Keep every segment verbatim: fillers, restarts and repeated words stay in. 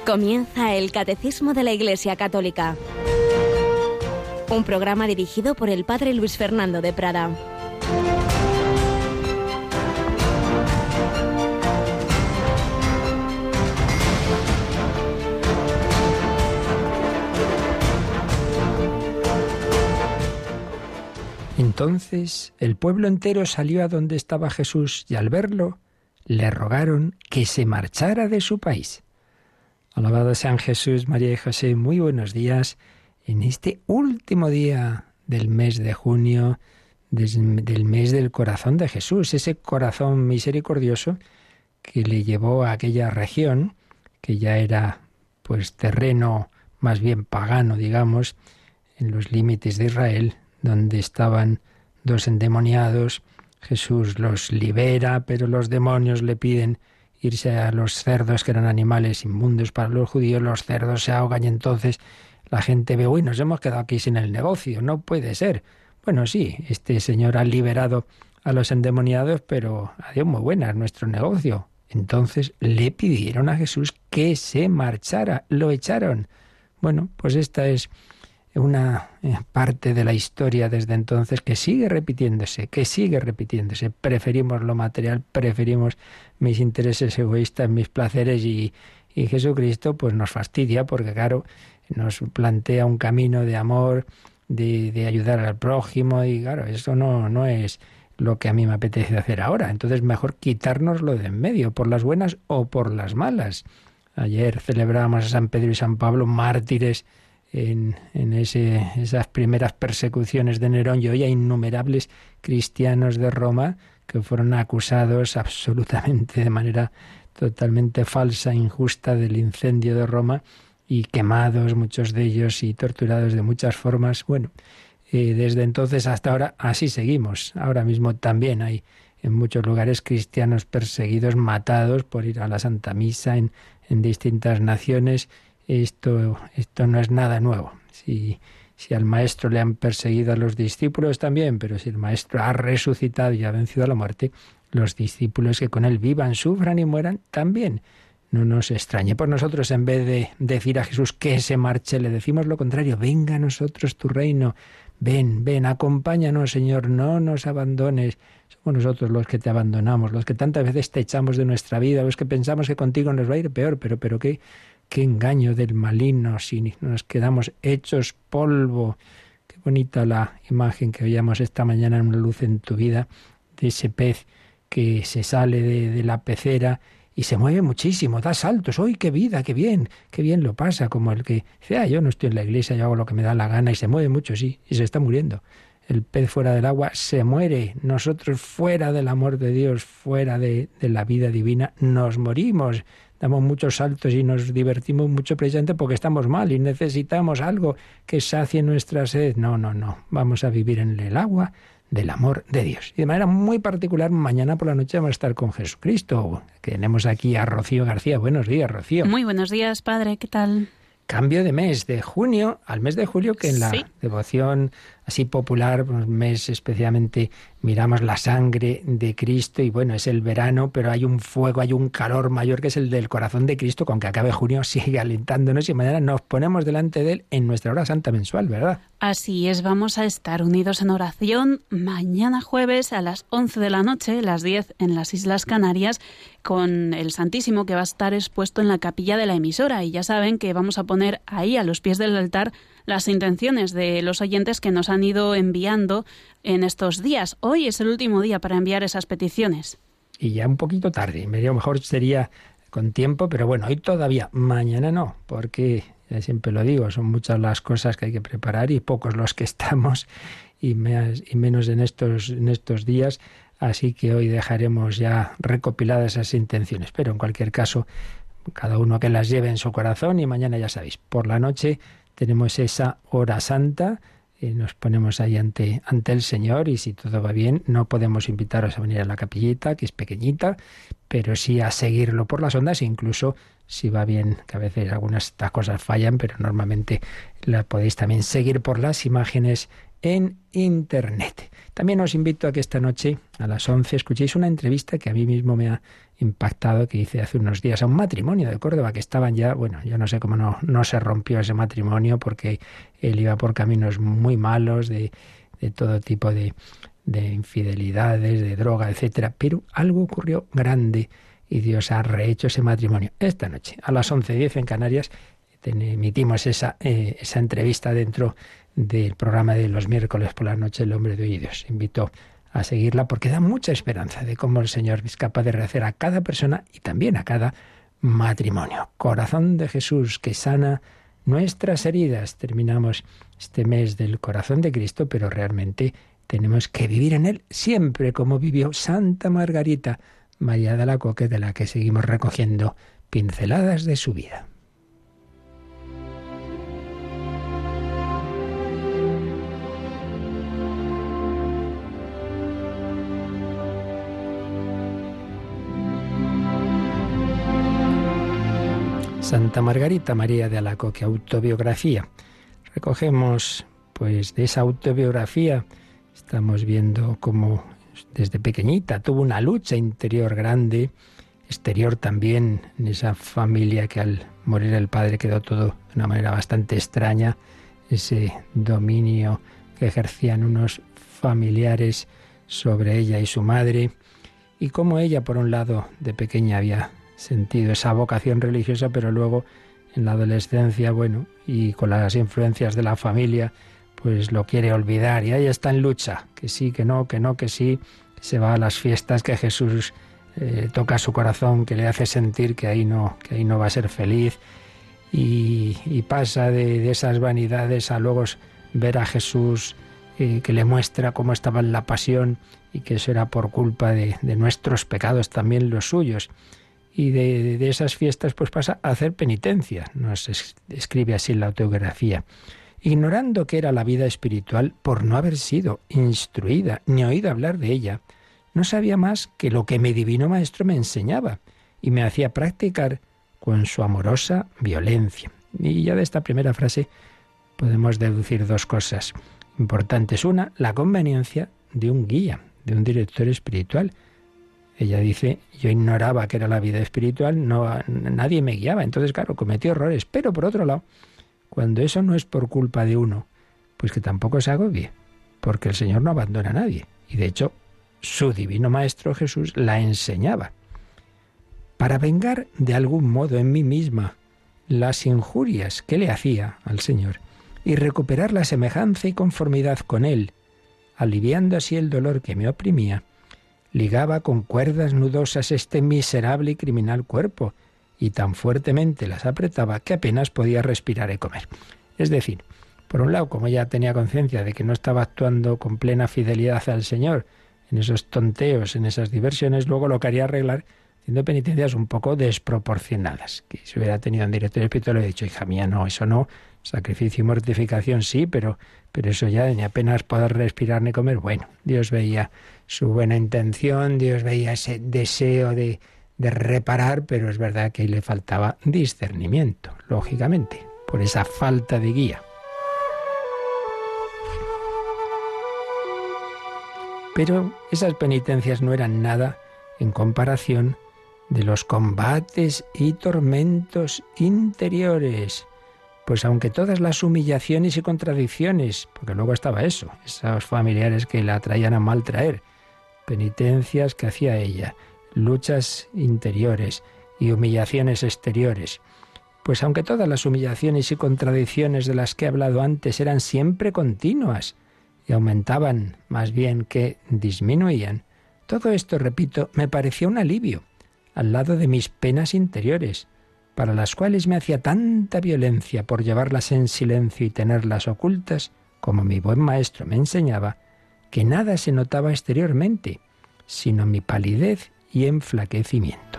Comienza el Catecismo de la Iglesia Católica, un programa dirigido por el Padre Luis Fernando de Prada. Entonces el pueblo entero salió a donde estaba Jesús y al verlo le rogaron que se marchara de su país. Alabado sean Jesús, María y José, muy buenos días en este último día del mes de junio, del mes del corazón de Jesús, ese corazón misericordioso que le llevó a aquella región, que ya era pues terreno más bien pagano, digamos, en los límites de Israel, donde estaban dos endemoniados. Jesús los libera, pero los demonios le piden irse a los cerdos, que eran animales inmundos para los judíos. Los cerdos se ahogan y entonces la gente ve, uy, nos hemos quedado aquí sin el negocio, no puede ser. Bueno, sí, este señor ha liberado a los endemoniados, pero adiós, muy buena, es nuestro negocio. Entonces le pidieron a Jesús que se marchara, lo echaron. Bueno, pues esta es una parte de la historia desde entonces que sigue repitiéndose, que sigue repitiéndose. Preferimos lo material, preferimos mis intereses egoístas, mis placeres y, y Jesucristo pues nos fastidia porque, claro, nos plantea un camino de amor, de, de ayudar al prójimo y, claro, eso no, no es lo que a mí me apetece hacer ahora. Entonces mejor quitárnoslo de en medio, por las buenas o por las malas. Ayer celebrábamos a San Pedro y San Pablo, mártires en, en ese, esas primeras persecuciones de Nerón, y hoy hay innumerables cristianos de Roma que fueron acusados absolutamente de manera totalmente falsa, injusta, del incendio de Roma, y quemados muchos de ellos y torturados de muchas formas. Bueno, eh, desde entonces hasta ahora así seguimos. Ahora mismo también hay en muchos lugares cristianos perseguidos, matados por ir a la Santa Misa en, en distintas naciones. Esto, esto no es nada nuevo. Si, si al Maestro le han perseguido a los discípulos también, pero si el Maestro ha resucitado y ha vencido a la muerte, los discípulos que con él vivan, sufran y mueran también. No nos extrañe. Pues nosotros, en vez de decir a Jesús que se marche, le decimos lo contrario: venga a nosotros tu reino, ven, ven, acompáñanos, Señor, no nos abandones. Somos nosotros los que te abandonamos, los que tantas veces te echamos de nuestra vida, los que pensamos que contigo nos va a ir peor, pero, pero qué... Qué engaño del maligno si nos quedamos hechos polvo. Qué bonita la imagen que veíamos esta mañana en Una luz en tu vida, de ese pez que se sale de, de la pecera y se mueve muchísimo, da saltos. ¡Uy, qué vida, qué bien! ¡Qué bien lo pasa! Como el que dice, ah, yo no estoy en la iglesia, yo hago lo que me da la gana, y se mueve mucho, sí, y se está muriendo. El pez fuera del agua se muere. Nosotros fuera del amor de Dios, fuera de, de la vida divina, nos morimos. Damos muchos saltos y nos divertimos mucho precisamente porque estamos mal y necesitamos algo que sacie nuestra sed. No, no, no. Vamos a vivir en el agua del amor de Dios. Y de manera muy particular, mañana por la noche vamos a estar con Jesucristo. Tenemos aquí a Rocío García. Buenos días, Rocío. Muy buenos días, padre. ¿Qué tal? Cambio de mes, de junio al mes de julio, que en la sí. devoción así popular, pues, mes especialmente miramos la sangre de Cristo, y bueno, es el verano, pero hay un fuego, hay un calor mayor que es el del corazón de Cristo, con que acabe junio sigue alentándonos y mañana nos ponemos delante de él en nuestra hora santa mensual, ¿verdad? Así es, vamos a estar unidos en oración mañana jueves a las once de la noche, las diez en las Islas Canarias, con el Santísimo, que va a estar expuesto en la capilla de la emisora, y ya saben que vamos a poner ahí a los pies del altar las intenciones de los oyentes que nos han ido enviando en estos días. Hoy es el último día para enviar esas peticiones. Y ya un poquito tarde, medio mejor sería con tiempo, pero bueno, hoy todavía, mañana no, porque ya siempre lo digo, son muchas las cosas que hay que preparar y pocos los que estamos, y, más, y menos en estos, en estos días, así que hoy dejaremos ya recopiladas esas intenciones, pero en cualquier caso, cada uno que las lleve en su corazón, y mañana ya sabéis, por la noche tenemos esa hora santa, y nos ponemos ahí ante, ante el Señor, y si todo va bien, no podemos invitaros a venir a la capillita, que es pequeñita, pero sí a seguirlo por las ondas, incluso si va bien, que a veces algunas estas cosas fallan, pero normalmente la podéis también seguir por las imágenes en Internet. También También os invito a que esta noche, a las once, escuchéis una entrevista que a mí mismo me ha impactado, que hice hace unos días a un matrimonio de Córdoba, que estaban ya, bueno, yo no sé cómo no, no se rompió ese matrimonio, porque él iba por caminos muy malos, de, de todo tipo de, de infidelidades, de droga, etcétera. Pero algo ocurrió grande y Dios ha rehecho ese matrimonio. Esta noche, a las once diez en Canarias, emitimos esa, eh, esa entrevista dentro del programa de los miércoles por la noche, El hombre de hoy y Dios. Invito a seguirla porque da mucha esperanza de cómo el Señor es capaz de rehacer a cada persona y también a cada matrimonio. Corazón de Jesús que sana nuestras heridas. Terminamos este mes del corazón de Cristo, pero realmente tenemos que vivir en él siempre como vivió Santa Margarita María de Alacoque, de la que seguimos recogiendo pinceladas de su vida. Santa Margarita María de Alacoque, autobiografía. Recogemos, pues, de esa autobiografía, estamos viendo cómo desde pequeñita tuvo una lucha interior grande, exterior también, en esa familia que al morir el padre quedó todo de una manera bastante extraña, ese dominio que ejercían unos familiares sobre ella y su madre, y cómo ella, por un lado, de pequeña había sentido esa vocación religiosa, pero luego en la adolescencia, bueno, y con las influencias de la familia, pues lo quiere olvidar y ahí está en lucha, que sí, que no, que no, que sí, que se va a las fiestas, que Jesús eh, toca su corazón, que le hace sentir que ahí no, que ahí no va a ser feliz y, y pasa de, de esas vanidades a luego ver a Jesús eh, que le muestra cómo estaba en la pasión y que eso era por culpa de, de nuestros pecados, también los suyos. Y de, de esas fiestas pues pasa a hacer penitencia, nos es, escribe así en la autobiografía, ignorando qué era la vida espiritual por no haber sido instruida ni oído hablar de ella. No sabía más que lo que mi divino maestro me enseñaba y me hacía practicar con su amorosa violencia. Y ya de esta primera frase podemos deducir dos cosas importantes. Una, la conveniencia de un guía, de un director espiritual. Ella dice, yo ignoraba qué era la vida espiritual, no, nadie me guiaba, entonces claro, cometí errores. Pero por otro lado, cuando eso no es por culpa de uno, pues que tampoco se agobie, porque el Señor no abandona a nadie. Y de hecho, su divino Maestro Jesús la enseñaba. Para vengar de algún modo en mí misma las injurias que le hacía al Señor y recuperar la semejanza y conformidad con Él, aliviando así el dolor que me oprimía, ligaba con cuerdas nudosas este miserable y criminal cuerpo, y tan fuertemente las apretaba que apenas podía respirar y comer. Es decir, por un lado, como ella tenía conciencia de que no estaba actuando con plena fidelidad al Señor, en esos tonteos, en esas diversiones, luego lo quería arreglar haciendo penitencias un poco desproporcionadas. Que si hubiera tenido un director espiritual, le he dicho, hija mía, no, eso no, sacrificio y mortificación sí, pero, pero eso ya ni apenas poder respirar ni comer. Bueno, Dios veía su buena intención, Dios veía ese deseo de, de reparar, pero es verdad que ahí le faltaba discernimiento, lógicamente, por esa falta de guía. Pero esas penitencias no eran nada en comparación de los combates y tormentos interiores. Pues aunque todas las humillaciones y contradicciones, porque luego estaba eso, esos familiares que la traían a mal traer, penitencias que hacía ella, luchas interiores y humillaciones exteriores, pues aunque todas las humillaciones y contradicciones de las que he hablado antes eran siempre continuas y aumentaban más bien que disminuían, todo esto, repito, me parecía un alivio al lado de mis penas interiores, para las cuales me hacía tanta violencia por llevarlas en silencio y tenerlas ocultas, como mi buen maestro me enseñaba, que nada se notaba exteriormente, sino mi palidez y enflaquecimiento.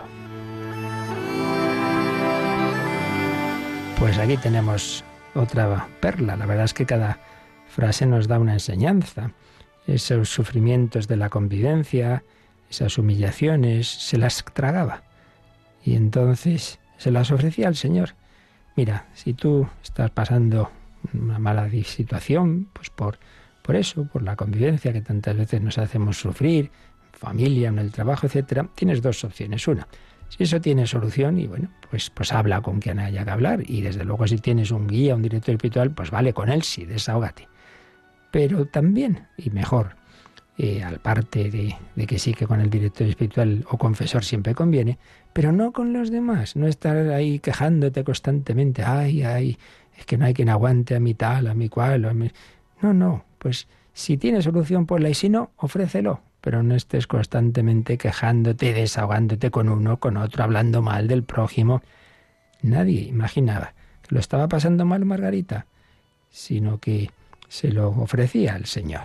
Pues aquí tenemos otra perla. La verdad es que cada frase nos da una enseñanza. Esos sufrimientos de la convivencia, esas humillaciones, se las tragaba. Y entonces se las ofrecía al Señor. Mira, si tú estás pasando una mala situación, pues por Por eso, por la convivencia que tantas veces nos hacemos sufrir, familia, en el trabajo, etcétera, tienes dos opciones. Una, si eso tiene solución, y bueno, pues, pues habla con quien haya que hablar. Y desde luego, si tienes un guía, un director espiritual, pues vale con él, sí, desahógate. Pero también, y mejor, eh, al parte de, de que sí que con el director espiritual o confesor siempre conviene, pero no con los demás, no estar ahí quejándote constantemente, ay, ay, es que no hay quien aguante a mi tal, a mi cual, a mi... No, no, pues si tiene solución, ponla, y si no, ofrécelo, pero no estés constantemente quejándote, desahogándote con uno, con otro, hablando mal del prójimo. Nadie imaginaba que lo estaba pasando mal Margarita, sino que se lo ofrecía al Señor.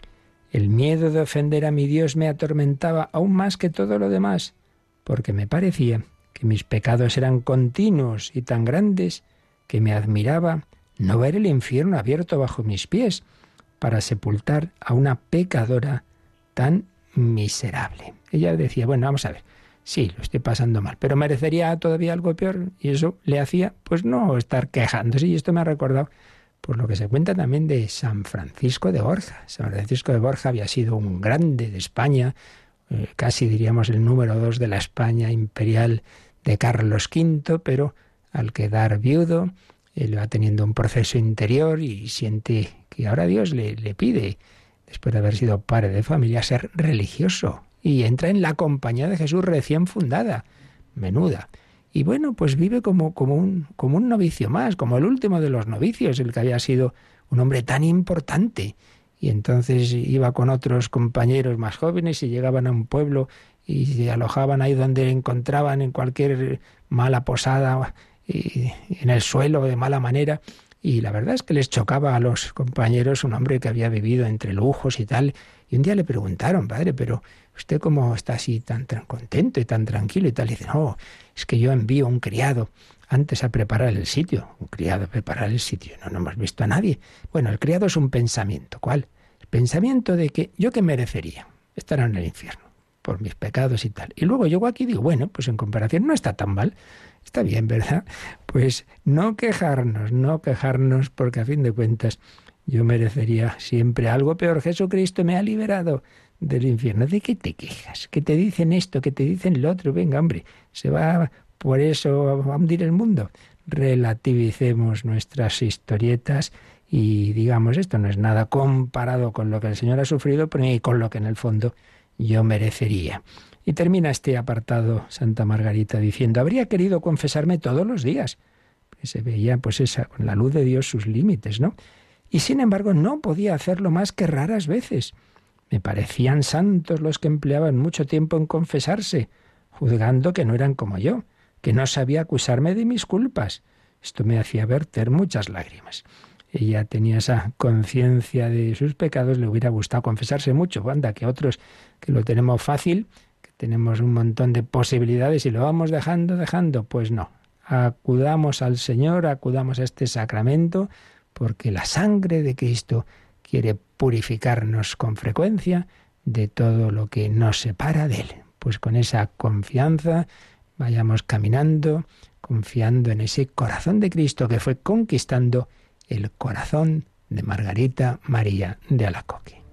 El miedo de ofender a mi Dios me atormentaba aún más que todo lo demás, porque me parecía que mis pecados eran continuos y tan grandes que me admiraba no ver el infierno abierto bajo mis pies para sepultar a una pecadora tan miserable. Ella decía, bueno, vamos a ver, sí, lo estoy pasando mal, pero merecería todavía algo peor, y eso le hacía, pues no estar quejándose. Y esto me ha recordado por lo que se cuenta también de San Francisco de Borja. San Francisco de Borja había sido un grande de España, eh, casi diríamos el número dos de la España imperial de Carlos quinto, pero al quedar viudo, él va teniendo un proceso interior y siente que ahora Dios le, le pide, después de haber sido padre de familia, ser religioso, y entra en la compañía de Jesús recién fundada, menuda. Y bueno, pues vive como, como, un, como un novicio más, como el último de los novicios, el que había sido un hombre tan importante. Y entonces iba con otros compañeros más jóvenes y llegaban a un pueblo y se alojaban ahí donde encontraban, en cualquier mala posada, y en el suelo de mala manera. Y la verdad es que les chocaba a los compañeros un hombre que había vivido entre lujos y tal. Y un día le preguntaron, padre, pero ¿usted cómo está así tan, tan contento y tan tranquilo y tal? Y dice, no, es que yo envío un criado antes a preparar el sitio. Un criado a preparar el sitio. No, no hemos visto a nadie. Bueno, el criado es un pensamiento. ¿Cuál? El pensamiento de que yo qué merecería estar en el infierno por mis pecados y tal. Y luego llego aquí y digo, bueno, pues en comparación no está tan mal. Está bien, ¿verdad? Pues no quejarnos, no quejarnos, porque a fin de cuentas yo merecería siempre algo peor. Jesucristo me ha liberado del infierno. ¿De qué te quejas? ¿Que te dicen esto? ¿Que te dicen lo otro? Venga, hombre, se va por eso a hundir el mundo. Relativicemos nuestras historietas y digamos, esto no es nada comparado con lo que el Señor ha sufrido, pero ni con lo que en el fondo yo merecería. Y termina este apartado Santa Margarita diciendo, habría querido confesarme todos los días, que se veía pues esa, con la luz de Dios sus límites, ¿no? Y sin embargo no podía hacerlo más que raras veces. Me parecían santos los que empleaban mucho tiempo en confesarse, juzgando que no eran como yo, que no sabía acusarme de mis culpas. Esto me hacía verter muchas lágrimas. Ella tenía esa conciencia de sus pecados, le hubiera gustado confesarse mucho. Anda, que otros que lo tenemos fácil, tenemos un montón de posibilidades y lo vamos dejando, dejando. Pues no, acudamos al Señor, acudamos a este sacramento, porque la sangre de Cristo quiere purificarnos con frecuencia de todo lo que nos separa de Él. Pues con esa confianza vayamos caminando, confiando en ese corazón de Cristo que fue conquistando el corazón de Margarita María de Alacoque.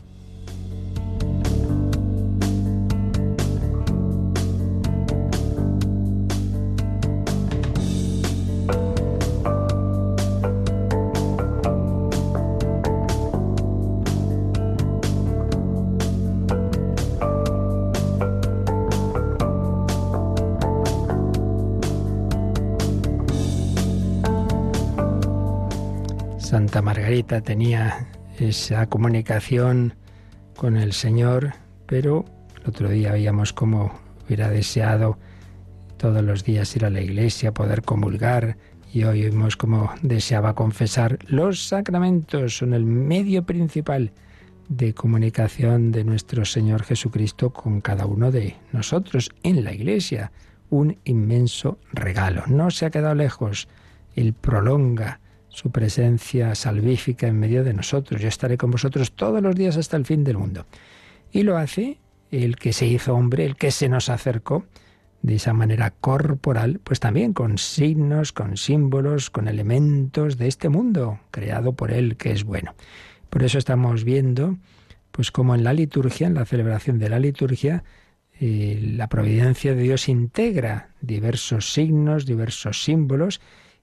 Santa Margarita tenía esa comunicación con el Señor, pero el otro día veíamos cómo hubiera deseado todos los días ir a la iglesia, poder comulgar, y hoy vimos cómo deseaba confesar. Los sacramentos son el medio principal de comunicación de nuestro Señor Jesucristo con cada uno de nosotros en la iglesia. Un inmenso regalo. No se ha quedado lejos. Él prolonga su presencia salvífica en medio de nosotros. Yo estaré con vosotros todos los días hasta el fin del mundo. Y lo hace el que se hizo hombre, el que se nos acercó de esa manera corporal, pues también con signos, con símbolos, con elementos de este mundo creado por Él, que es bueno. Por eso estamos viendo, pues como en la liturgia, en la celebración de la liturgia, eh, la providencia de Dios integra diversos signos, diversos símbolos,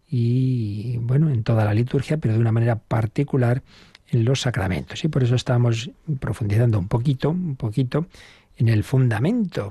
y bueno, en toda la liturgia, pero de una manera particular en los sacramentos. Y por eso estamos profundizando un poquito, un poquito en el fundamento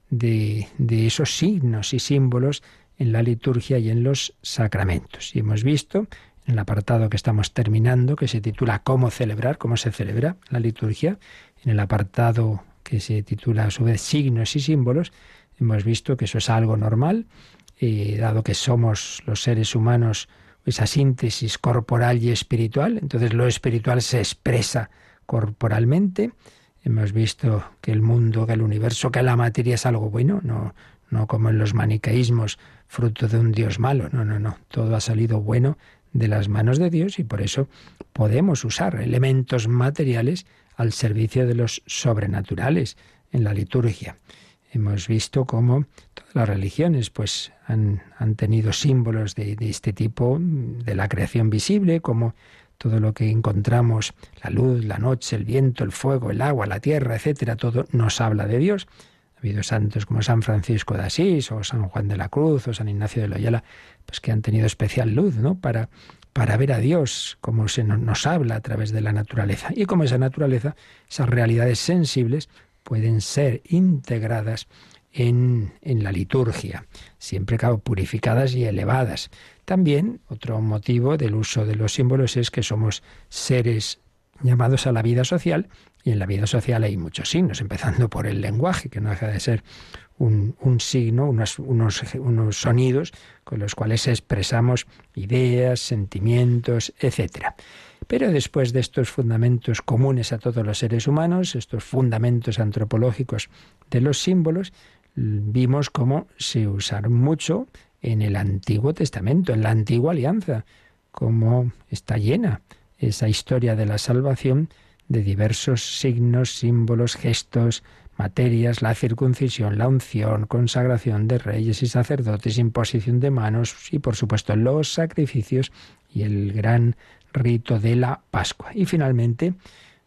de, de esos signos y símbolos en la liturgia y en los sacramentos. Y hemos visto en el apartado que estamos terminando, que se titula ¿Cómo celebrar? ¿Cómo se celebra la liturgia? En el apartado que se titula a su vez Signos y símbolos, hemos visto que eso es algo normal, eh, dado que somos los seres humanos esa síntesis corporal y espiritual, entonces lo espiritual se expresa corporalmente. Hemos visto que el mundo, que el universo, que la materia es algo bueno, no, no como en los maniqueísmos, fruto de un Dios malo, no, no, no, todo ha salido bueno de las manos de Dios y por eso podemos usar elementos materiales al servicio de los sobrenaturales en la liturgia. Hemos visto cómo todas las religiones pues, han, han tenido símbolos de, de este tipo, de la creación visible, como todo lo que encontramos, la luz, la noche, el viento, el fuego, el agua, la tierra, etcétera, todo nos habla de Dios. Ha habido santos como San Francisco de Asís, o San Juan de la Cruz, o San Ignacio de Loyola, pues que han tenido especial luz, ¿no?, para, para ver a Dios, como se nos, nos habla a través de la naturaleza. Y como esa naturaleza, esas realidades sensibles, pueden ser integradas en, en la liturgia, siempre claro, purificadas y elevadas. También otro motivo del uso de los símbolos es que somos seres llamados a la vida social, y en la vida social hay muchos signos, empezando por el lenguaje, que no deja de ser un, un signo, unos, unos, unos sonidos con los cuales expresamos ideas, sentimientos, etcétera. Pero después de estos fundamentos comunes a todos los seres humanos, estos fundamentos antropológicos de los símbolos, vimos cómo se usaron mucho en el Antiguo Testamento, en la Antigua Alianza, cómo está llena esa historia de la salvación de diversos signos, símbolos, gestos, materias, la circuncisión, la unción, consagración de reyes y sacerdotes, imposición de manos y, por supuesto, los sacrificios y el gran rito de la Pascua. Y finalmente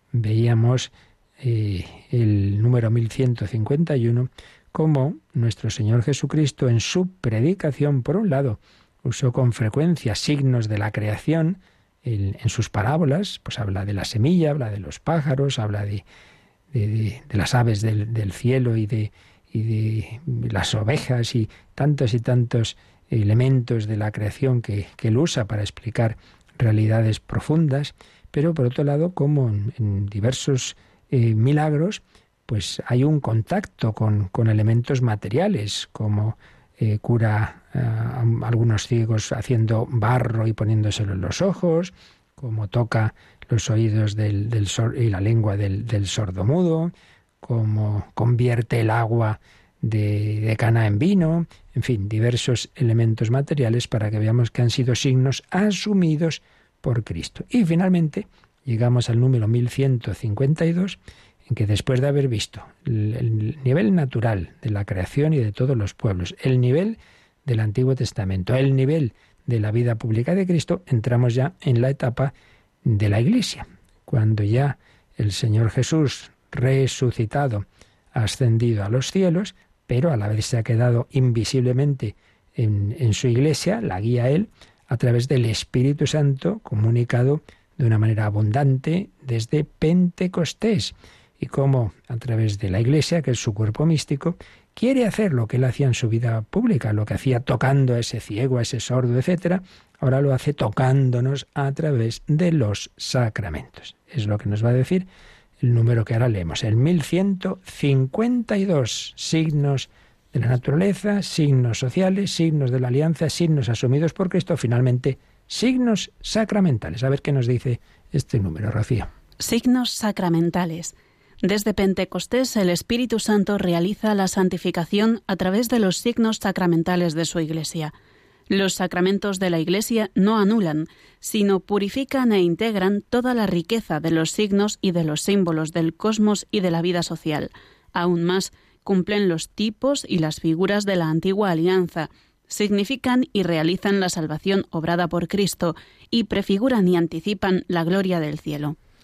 veíamos eh, el número mil ciento cincuenta y uno, cómo nuestro Señor Jesucristo en su predicación, por un lado, usó con frecuencia signos de la creación. En, en sus parábolas, pues habla de la semilla, habla de los pájaros, habla de, de, de, de las aves del, del cielo y de, y de las ovejas y tantos y tantos elementos de la creación que, que él usa para explicar realidades profundas, pero por otro lado, como en, en diversos eh, milagros, pues hay un contacto con, con elementos materiales, como eh, cura a algunos ciegos haciendo barro y poniéndoselo en los ojos, como toca los oídos del, del sor- y la lengua del, del sordomudo, como convierte el agua de, de Caná en vino, en fin, diversos elementos materiales para que veamos que han sido signos asumidos por Cristo. Y finalmente llegamos al número mil ciento cincuenta y dos, en que después de haber visto el, el nivel natural de la creación y de todos los pueblos, el nivel del Antiguo Testamento, el nivel de la vida pública de Cristo, entramos ya en la etapa de la Iglesia, cuando ya el Señor Jesús resucitado ha ascendido a los cielos, pero a la vez se ha quedado invisiblemente en, en su Iglesia, la guía a Él, a través del Espíritu Santo, comunicado de una manera abundante desde Pentecostés, y cómo a través de la Iglesia, que es su cuerpo místico, quiere hacer lo que él hacía en su vida pública, lo que hacía tocando a ese ciego, a ese sordo, etcétera, ahora lo hace tocándonos a través de los sacramentos. Es lo que nos va a decir el número que ahora leemos, el mil ciento cincuenta y dos, signos de la naturaleza, signos sociales, signos de la alianza, signos asumidos por Cristo, finalmente signos sacramentales. A ver qué nos dice este número, Rocío. Signos sacramentales. Desde Pentecostés, el Espíritu Santo realiza la santificación a través de los signos sacramentales de su Iglesia. Los sacramentos de la Iglesia no anulan, sino purifican e integran toda la riqueza de los signos y de los símbolos del cosmos y de la vida social. Aún más, cumplen los tipos y las figuras de la antigua alianza, significan y realizan la salvación obrada por Cristo y prefiguran y anticipan la gloria del cielo.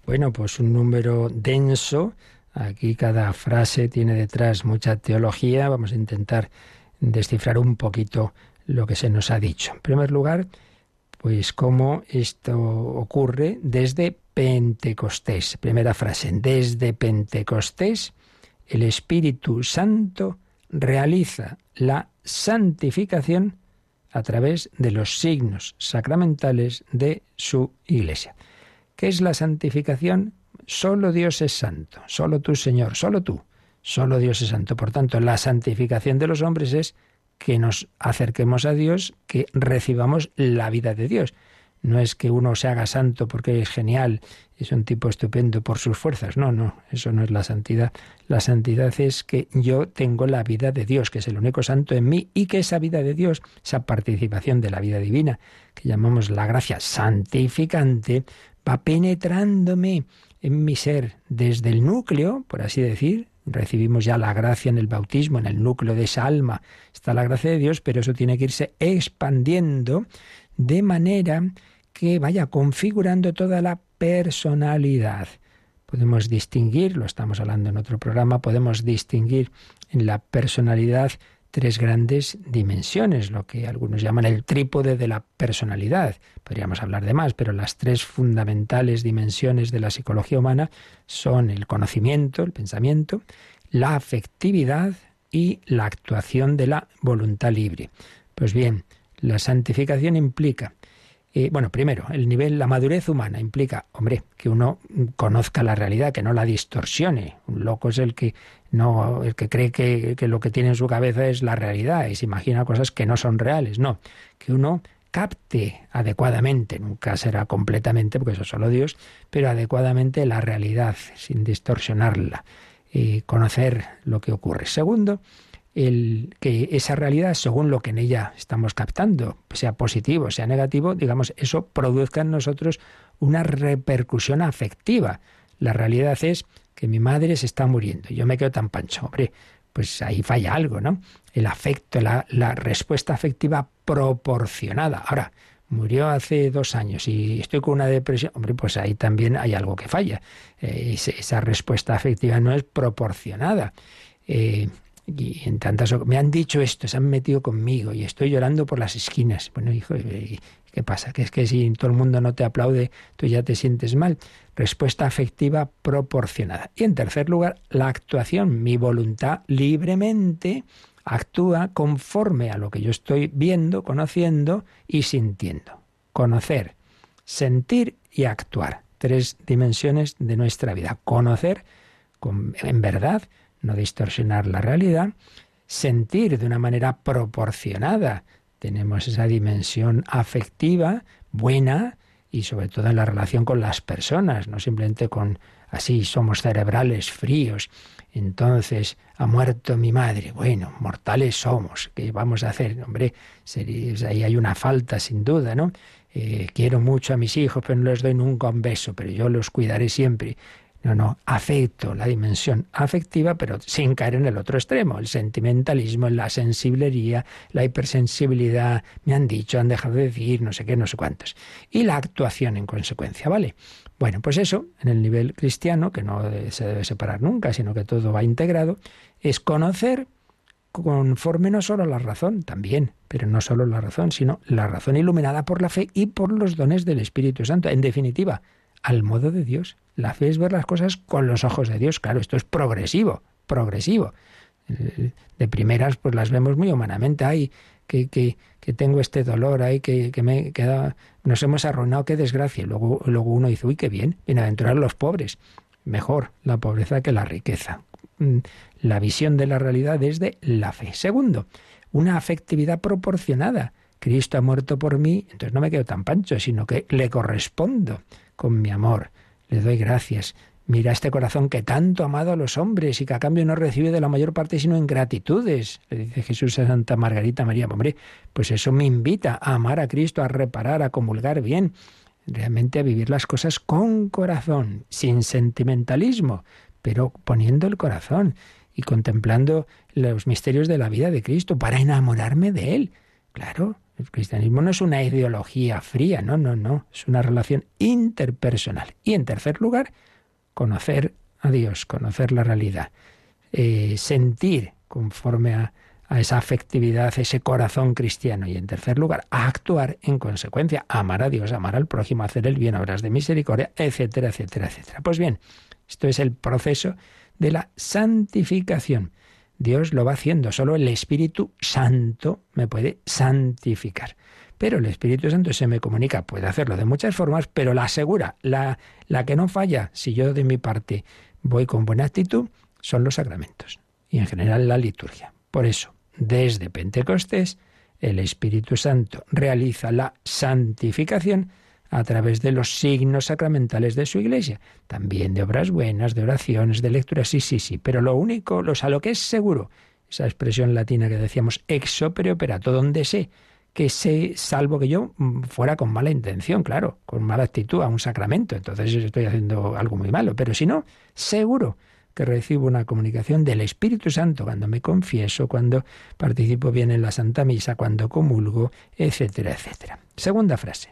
Bueno, pues un número denso. Aquí cada frase tiene detrás mucha teología. Vamos a intentar descifrar un poquito lo que se nos ha dicho. En primer lugar, pues cómo esto ocurre desde Pentecostés. Primera frase, desde Pentecostés el Espíritu Santo realiza la santificación a través de los signos sacramentales de su Iglesia. ¿Qué es la santificación? Solo Dios es santo, solo tú, Señor, solo tú, solo Dios es santo. Por tanto, la santificación de los hombres es que nos acerquemos a Dios, que recibamos la vida de Dios. No es que uno se haga santo porque es genial, es un tipo estupendo por sus fuerzas. No, no, eso no es la santidad. La santidad es que yo tengo la vida de Dios, que es el único santo en mí, y que esa vida de Dios, esa participación de la vida divina, que llamamos la gracia santificante, va penetrándome en mi ser desde el núcleo, por así decir. Recibimos ya la gracia en el bautismo, en el núcleo de esa alma está la gracia de Dios, pero eso tiene que irse expandiendo de manera que vaya configurando toda la personalidad. Podemos distinguir, lo estamos hablando en otro programa, podemos distinguir en la personalidad tres grandes dimensiones, lo que algunos llaman el trípode de la personalidad. Podríamos hablar de más, pero las tres fundamentales dimensiones de la psicología humana son el conocimiento, el pensamiento, la afectividad y la actuación de la voluntad libre. Pues bien, la santificación implica, eh, bueno, primero, el nivel, la madurez humana implica, hombre, que uno conozca la realidad, que no la distorsione. Un loco es el que no, el que cree que, que lo que tiene en su cabeza es la realidad y se imagina cosas que no son reales. No, que uno capte adecuadamente, nunca será completamente, porque eso es solo Dios, pero adecuadamente la realidad, sin distorsionarla, eh, conocer lo que ocurre. Segundo, el que esa realidad, según lo que en ella estamos captando, sea positivo, sea negativo, digamos, eso produzca en nosotros una repercusión afectiva. La realidad es que mi madre se está muriendo y yo me quedo tan pancho. Hombre, pues ahí falla algo, ¿no? El afecto, la, la respuesta afectiva proporcionada. Ahora, murió hace dos años y estoy con una depresión. Hombre, pues ahí también hay algo que falla. Eh, esa respuesta afectiva no es proporcionada. Eh, Y en tantas me han dicho esto, se han metido conmigo y estoy llorando por las esquinas. Bueno, hijo, ¿qué pasa? Que es que si todo el mundo no te aplaude, tú ya te sientes mal. Respuesta afectiva proporcionada. Y en tercer lugar, la actuación. Mi voluntad libremente actúa conforme a lo que yo estoy viendo, conociendo y sintiendo. Conocer, sentir y actuar. Tres dimensiones de nuestra vida. Conocer con, en verdad, no distorsionar la realidad, sentir de una manera proporcionada. Tenemos esa dimensión afectiva, buena, y sobre todo en la relación con las personas, no simplemente con, así somos cerebrales, fríos. Entonces, ha muerto mi madre. Bueno, mortales somos, ¿qué vamos a hacer? Hombre, sería, ahí hay una falta sin duda, ¿no? Eh, quiero mucho a mis hijos, pero no les doy nunca un beso, pero yo los cuidaré siempre. No, no, afecto, la dimensión afectiva, pero sin caer en el otro extremo, el sentimentalismo, la sensiblería, la hipersensibilidad, me han dicho, han dejado de decir, no sé qué, no sé cuántos. Y la actuación en consecuencia, ¿vale? Bueno, pues eso, en el nivel cristiano, que no se debe separar nunca, sino que todo va integrado, es conocer conforme no solo a la razón, también, pero no solo la razón, sino la razón iluminada por la fe y por los dones del Espíritu Santo. En definitiva, al modo de Dios. La fe es ver las cosas con los ojos de Dios. Claro, esto es progresivo, progresivo. De primeras, pues las vemos muy humanamente. Ay, que, que, que tengo este dolor, ay, que, que me queda, nos hemos arruinado, qué desgracia. Luego, luego uno dice, uy, qué bien, bienaventurados los pobres. Mejor la pobreza que la riqueza. La visión de la realidad desde la fe. Segundo, una afectividad proporcionada. Cristo ha muerto por mí, entonces no me quedo tan pancho, sino que le correspondo con mi amor. Le doy gracias. Mira este corazón que tanto ha amado a los hombres y que a cambio no recibe de la mayor parte sino ingratitudes. Le dice Jesús a Santa Margarita María. Hombre, pues eso me invita a amar a Cristo, a reparar, a comulgar bien. Realmente a vivir las cosas con corazón, sin sentimentalismo, pero poniendo el corazón y contemplando los misterios de la vida de Cristo para enamorarme de Él. Claro, El cristianismo no es una ideología fría, no, no, no. Es una relación interpersonal. Y en tercer lugar, conocer a Dios, conocer la realidad. Eh, sentir conforme a, a esa afectividad, ese corazón cristiano. Y en tercer lugar, a actuar en consecuencia. Amar a Dios, amar al prójimo, hacer el bien, obras de misericordia, etcétera, etcétera, etcétera. Pues bien, esto es el proceso de la santificación. Dios lo va haciendo, solo el Espíritu Santo me puede santificar. Pero el Espíritu Santo se me comunica, puede hacerlo de muchas formas, pero la segura, la, la que no falla, si yo de mi parte voy con buena actitud, son los sacramentos y en general la liturgia. Por eso, desde Pentecostés, el Espíritu Santo realiza la santificación a través de los signos sacramentales de su Iglesia, también de obras buenas, de oraciones, de lecturas, sí, sí, sí, pero lo único, o sea, lo que es seguro, esa expresión latina que decíamos, ex opere operato, donde sé que sé, salvo que yo fuera con mala intención, claro, con mala actitud a un sacramento, entonces estoy haciendo algo muy malo, pero si no, seguro que recibo una comunicación del Espíritu Santo cuando me confieso, cuando participo bien en la Santa Misa, cuando comulgo, etcétera, etcétera. Segunda frase.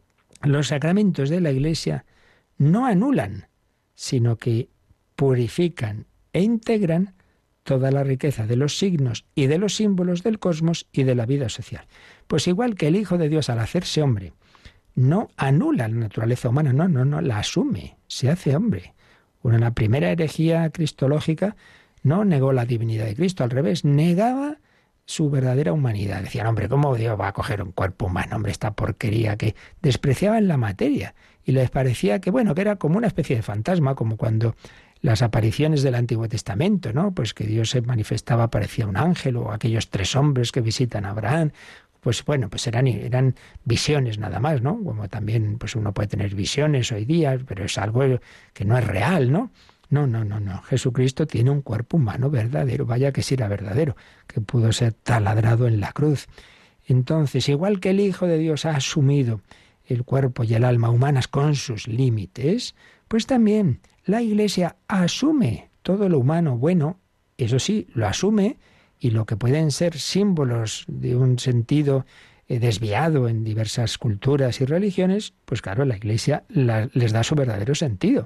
Los sacramentos de la Iglesia no anulan, sino que purifican e integran toda la riqueza de los signos y de los símbolos del cosmos y de la vida social. Pues igual que el Hijo de Dios al hacerse hombre no anula la naturaleza humana, no, no, no, la asume, se hace hombre. Bueno, la primera herejía cristológica no negó la divinidad de Cristo, al revés, negaba su verdadera humanidad. Decían, hombre, ¿cómo Dios va a coger un cuerpo humano? Hombre, esta porquería, que despreciaban la materia y les parecía que, bueno, que era como una especie de fantasma, como cuando las apariciones del Antiguo Testamento, ¿no? Pues que Dios se manifestaba, parecía un ángel, o aquellos tres hombres que visitan a Abraham. Pues bueno, pues eran, eran visiones nada más, ¿no? Como también pues uno puede tener visiones hoy día, pero es algo que no es real, ¿no? No, no, no, no. Jesucristo tiene un cuerpo humano verdadero, vaya que sí era verdadero, que pudo ser taladrado en la cruz. Entonces, igual que el Hijo de Dios ha asumido el cuerpo y el alma humanas con sus límites, pues también la Iglesia asume todo lo humano bueno, eso sí, lo asume, y lo que pueden ser símbolos de un sentido eh, desviado en diversas culturas y religiones, pues claro, la Iglesia la, les da su verdadero sentido.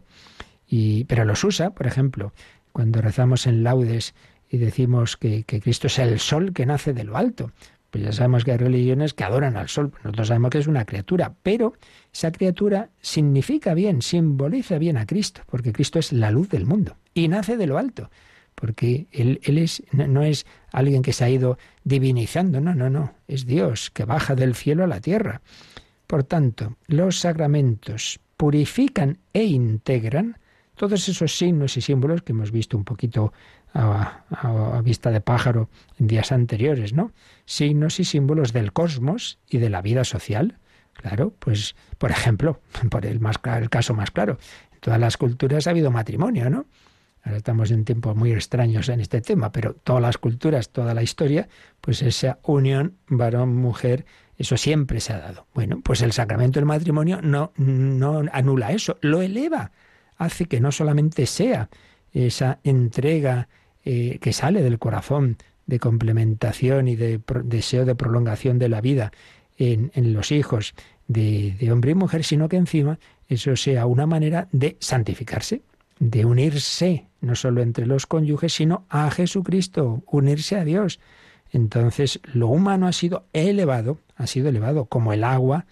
Y, pero los usa, por ejemplo, cuando rezamos en laudes y decimos que, que Cristo es el sol que nace de lo alto. Pues ya sabemos que hay religiones que adoran al sol, nosotros sabemos que es una criatura, pero esa criatura significa bien, simboliza bien a Cristo, porque Cristo es la luz del mundo y nace de lo alto, porque Él, él es, no es alguien que se ha ido divinizando, no, no, no, es Dios que baja del cielo a la tierra. Por tanto, los sacramentos purifican e integran todos esos signos y símbolos que hemos visto un poquito a, a, a vista de pájaro en días anteriores, ¿no? Signos y símbolos del cosmos y de la vida social. Claro, pues, por ejemplo, por el, más, el caso más claro, en todas las culturas ha habido matrimonio, ¿no? Ahora estamos en tiempos muy extraños en este tema, pero todas las culturas, toda la historia, pues esa unión varón-mujer, eso siempre se ha dado. Bueno, pues el sacramento del matrimonio no, no anula eso, lo eleva. Hace que no solamente sea esa entrega eh, que sale del corazón de complementación y de pro, deseo de prolongación de la vida en, en los hijos de, de hombre y mujer, sino que encima eso sea una manera de santificarse, de unirse, no solo entre los cónyuges, sino a Jesucristo, unirse a Dios. Entonces, lo humano ha sido elevado, ha sido elevado, como el agua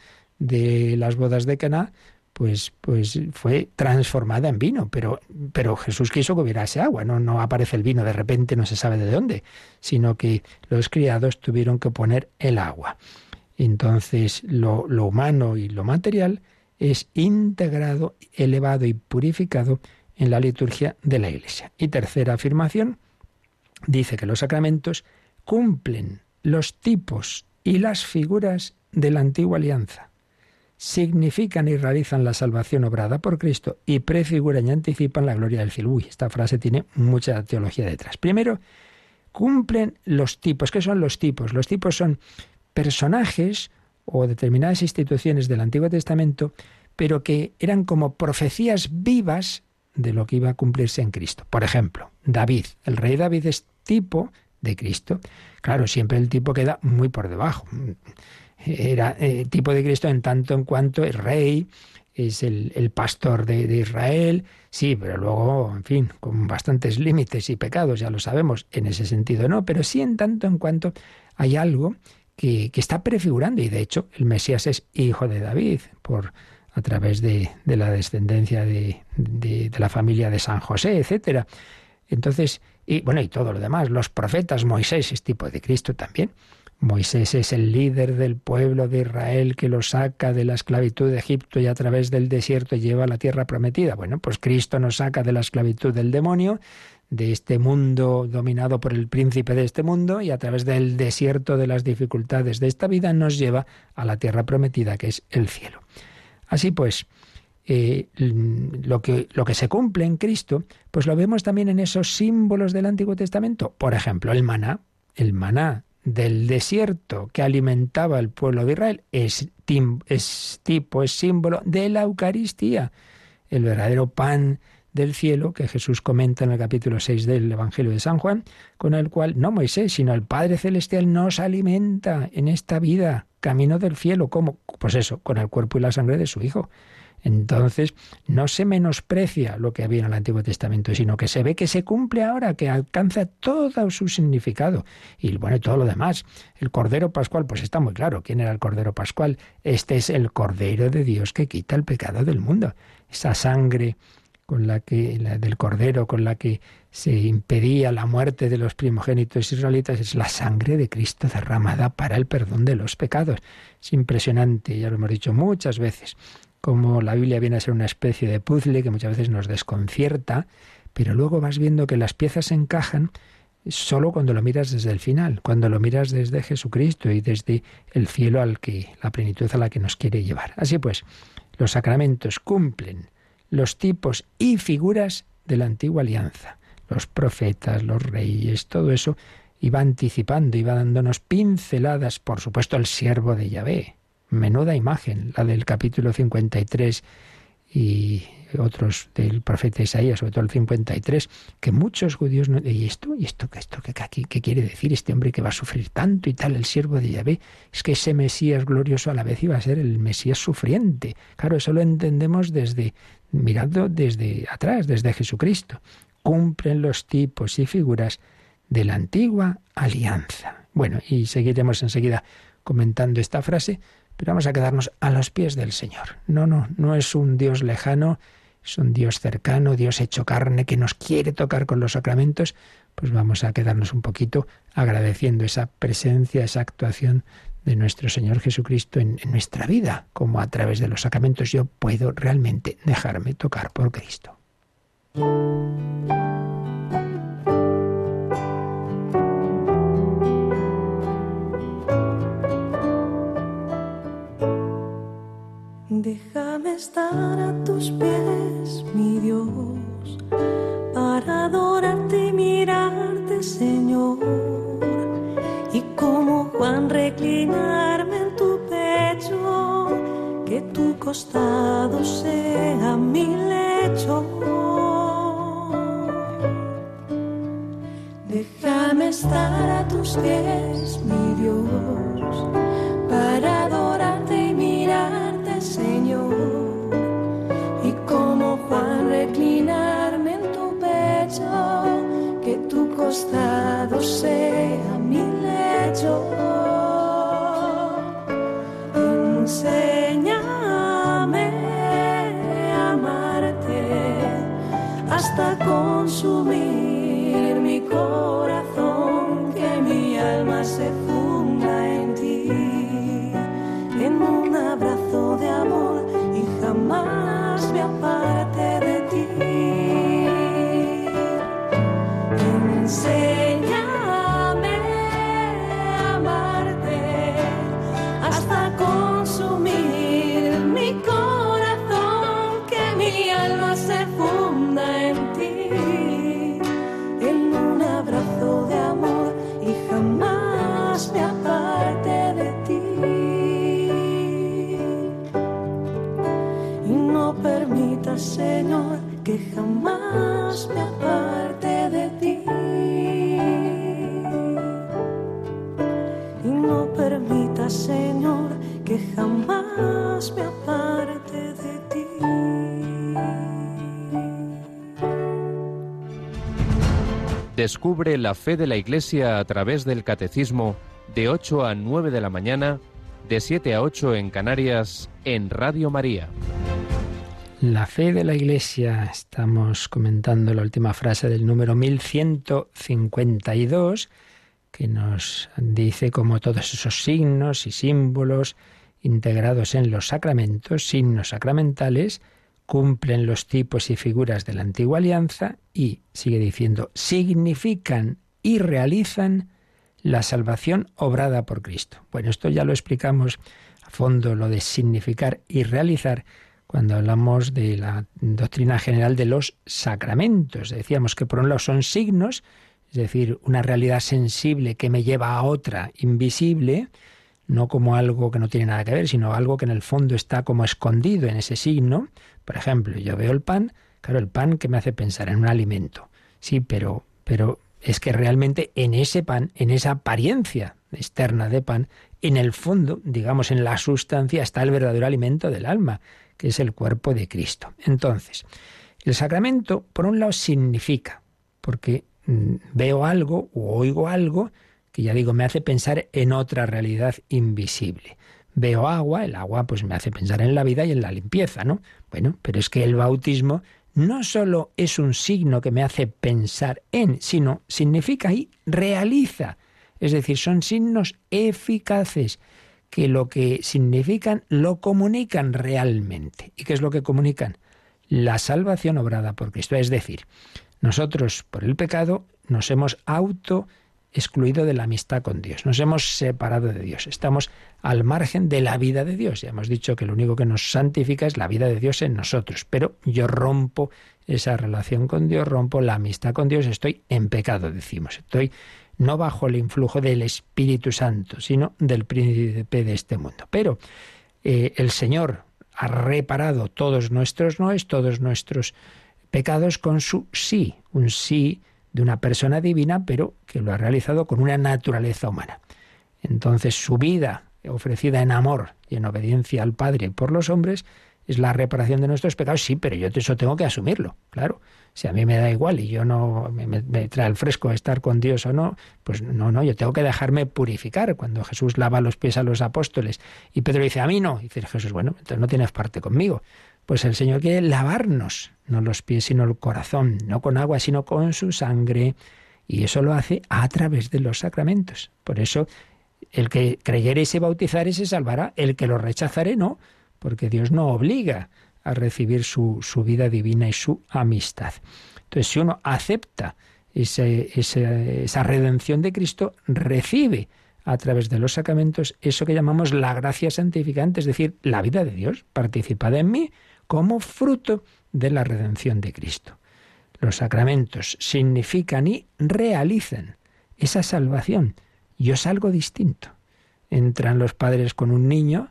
de las bodas de Caná, pues, pues fue transformada en vino, pero, pero Jesús quiso que hubiera ese agua, no, no aparece el vino de repente, no se sabe de dónde, sino que los criados tuvieron que poner el agua. Entonces, lo, lo humano y lo material es integrado, elevado y purificado en la liturgia de la Iglesia. Y tercera afirmación, dice que los sacramentos cumplen los tipos y las figuras de la antigua alianza. Significan y realizan la salvación obrada por Cristo y prefiguran y anticipan la gloria del cielo. Uy, esta frase tiene mucha teología detrás. Primero, cumplen los tipos. ¿Qué son los tipos? Los tipos son personajes o determinadas instituciones del Antiguo Testamento, pero que eran como profecías vivas de lo que iba a cumplirse en Cristo. Por ejemplo, David. El rey David es tipo de Cristo. Claro, siempre el tipo queda muy por debajo. era eh, tipo de Cristo en tanto en cuanto es rey, es el, el pastor de, de Israel, sí, pero luego, en fin, con bastantes límites y pecados, ya lo sabemos, en ese sentido no, pero sí en tanto en cuanto hay algo que, que está prefigurando, y de hecho el Mesías es hijo de David, por a través de, de la descendencia de, de, de la familia de San José, etcétera. Entonces, y bueno, y todo lo demás, los profetas, Moisés es tipo de Cristo también. Moisés es el líder del pueblo de Israel que lo saca de la esclavitud de Egipto y a través del desierto lleva a la tierra prometida. Bueno, pues Cristo nos saca de la esclavitud del demonio, de este mundo dominado por el príncipe de este mundo, y a través del desierto de las dificultades de esta vida nos lleva a la tierra prometida, que es el cielo. Así pues, eh, lo que, lo que se cumple en Cristo, pues lo vemos también en esos símbolos del Antiguo Testamento. Por ejemplo, el maná, el maná del desierto que alimentaba al pueblo de Israel es, tim, es tipo, es símbolo de la Eucaristía, el verdadero pan del cielo que Jesús comenta en el capítulo seis del Evangelio de San Juan, con el cual no Moisés, sino el Padre Celestial nos alimenta en esta vida, camino del cielo. ¿Cómo? Pues eso, con el cuerpo y la sangre de su Hijo. Entonces, no se menosprecia lo que había en el Antiguo Testamento, sino que se ve que se cumple ahora, que alcanza todo su significado. Y bueno, y todo lo demás. El Cordero Pascual, pues está muy claro. ¿Quién era el Cordero Pascual? Este es el Cordero de Dios que quita el pecado del mundo. Esa sangre con la que, la del Cordero, con la que se impedía la muerte de los primogénitos israelitas, es la sangre de Cristo derramada para el perdón de los pecados. Es impresionante, ya lo hemos dicho muchas veces, como la Biblia viene a ser una especie de puzzle que muchas veces nos desconcierta, pero luego vas viendo que las piezas se encajan solo cuando lo miras desde el final, cuando lo miras desde Jesucristo y desde el cielo al que, la plenitud a la que nos quiere llevar. Así pues, los sacramentos cumplen los tipos y figuras de la antigua alianza. Los profetas, los reyes, todo eso iba anticipando, iba dándonos pinceladas, por supuesto el siervo de Yahvé. Menuda imagen, la del capítulo cincuenta y tres y otros del profeta Isaías, sobre todo el cincuenta y tres, que muchos judíos no... ¿Y esto? ¿Y esto qué, esto, qué, qué, qué quiere decir este hombre que va a sufrir tanto y tal, el siervo de Yahvé? Es que ese Mesías glorioso a la vez iba a ser el Mesías sufriente. Claro, eso lo entendemos desde, mirando desde atrás, desde Jesucristo. Cumplen los tipos y figuras de la antigua alianza. Bueno, y seguiremos enseguida comentando esta frase, pero vamos a quedarnos a los pies del Señor. No, no, no es un Dios lejano, es un Dios cercano, Dios hecho carne que nos quiere tocar con los sacramentos. Pues vamos a quedarnos un poquito agradeciendo esa presencia, esa actuación de nuestro Señor Jesucristo en, en nuestra vida, como a través de los sacramentos yo puedo realmente dejarme tocar por Cristo. Déjame estar a tus pies, mi Dios, para adorarte y mirarte, Señor, y como Juan reclinarme en tu pecho, que tu costado sea mi lecho. Déjame estar a tus pies, mi Dios, para adorarte y mirarte, Señor, y como Juan reclinarme en tu pecho, que tu costado sea mi lecho. Enséñame a amarte hasta consumir mi corazón, que mi alma se funda en ti, en un abrazo de amor y jamás me aparte de ti. Enséñame a amarte hasta consumir mi corazón, que mi alma se funda en ti, en un abrazo de amor y jamás me aparte de ti. Permita, Señor, que jamás me aparte de ti, y no permita permita, Señor, que jamás me aparte de ti. Descubre la fe de la Iglesia a través del Catecismo de ocho a nueve de la mañana, de siete a ocho en Canarias, en Radio María. La fe de la Iglesia, estamos comentando la última frase del número mil ciento cincuenta y dos, que nos dice cómo todos esos signos y símbolos integrados en los sacramentos, signos sacramentales, cumplen los tipos y figuras de la antigua alianza y, sigue diciendo, significan y realizan la salvación obrada por Cristo. Bueno, esto ya lo explicamos a fondo, lo de significar y realizar, cuando hablamos de la doctrina general de los sacramentos. Decíamos que por un lado son signos, es decir, una realidad sensible que me lleva a otra invisible, no como algo que no tiene nada que ver, sino algo que en el fondo está como escondido en ese signo. Por ejemplo, yo veo el pan, claro, el pan que me hace pensar en un alimento. Sí, pero, pero es que realmente en ese pan, en esa apariencia externa de pan, en el fondo, digamos, en la sustancia, está el verdadero alimento del alma, que es el cuerpo de Cristo. Entonces, el sacramento, por un lado, significa, porque mmm, veo algo o oigo algo que, ya digo, me hace pensar en otra realidad invisible. Veo agua, el agua pues me hace pensar en la vida y en la limpieza, ¿no? Bueno, pero es que el bautismo no solo es un signo que me hace pensar en, sino significa y realiza. Es decir, son signos eficaces que lo que significan lo comunican realmente. ¿Y qué es lo que comunican? La salvación obrada por Cristo. Es decir, nosotros por el pecado nos hemos auto excluido de la amistad con Dios, nos hemos separado de Dios, estamos al margen de la vida de Dios. Ya hemos dicho que lo único que nos santifica es la vida de Dios en nosotros, pero yo rompo esa relación con Dios, rompo la amistad con Dios, estoy en pecado, decimos, estoy no bajo el influjo del Espíritu Santo, sino del príncipe de este mundo. Pero eh, el Señor ha reparado todos nuestros noes, todos nuestros pecados con su sí, un sí de una persona divina, pero que lo ha realizado con una naturaleza humana. Entonces su vida ofrecida en amor y en obediencia al Padre por los hombres es la reparación de nuestros pecados, sí, pero yo eso tengo que asumirlo, claro. Si a mí me da igual y yo no me, me, me trae el fresco estar con Dios o no, pues no, no, yo tengo que dejarme purificar. Cuando Jesús lava los pies a los apóstoles y Pedro dice, a mí no, y dice Jesús, bueno, entonces no tienes parte conmigo. Pues el Señor quiere lavarnos, no los pies sino el corazón, no con agua sino con su sangre, y eso lo hace a través de los sacramentos. Por eso el que creyere y se bautizare se salvará, el que lo rechazare no, porque Dios no obliga a recibir su, su vida divina y su amistad. Entonces, si uno acepta ese, ese, esa redención de Cristo, recibe a través de los sacramentos eso que llamamos la gracia santificante, es decir, la vida de Dios participada en mí como fruto de la redención de Cristo. Los sacramentos significan y realizan esa salvación. Yo salgo distinto. Entran los padres con un niño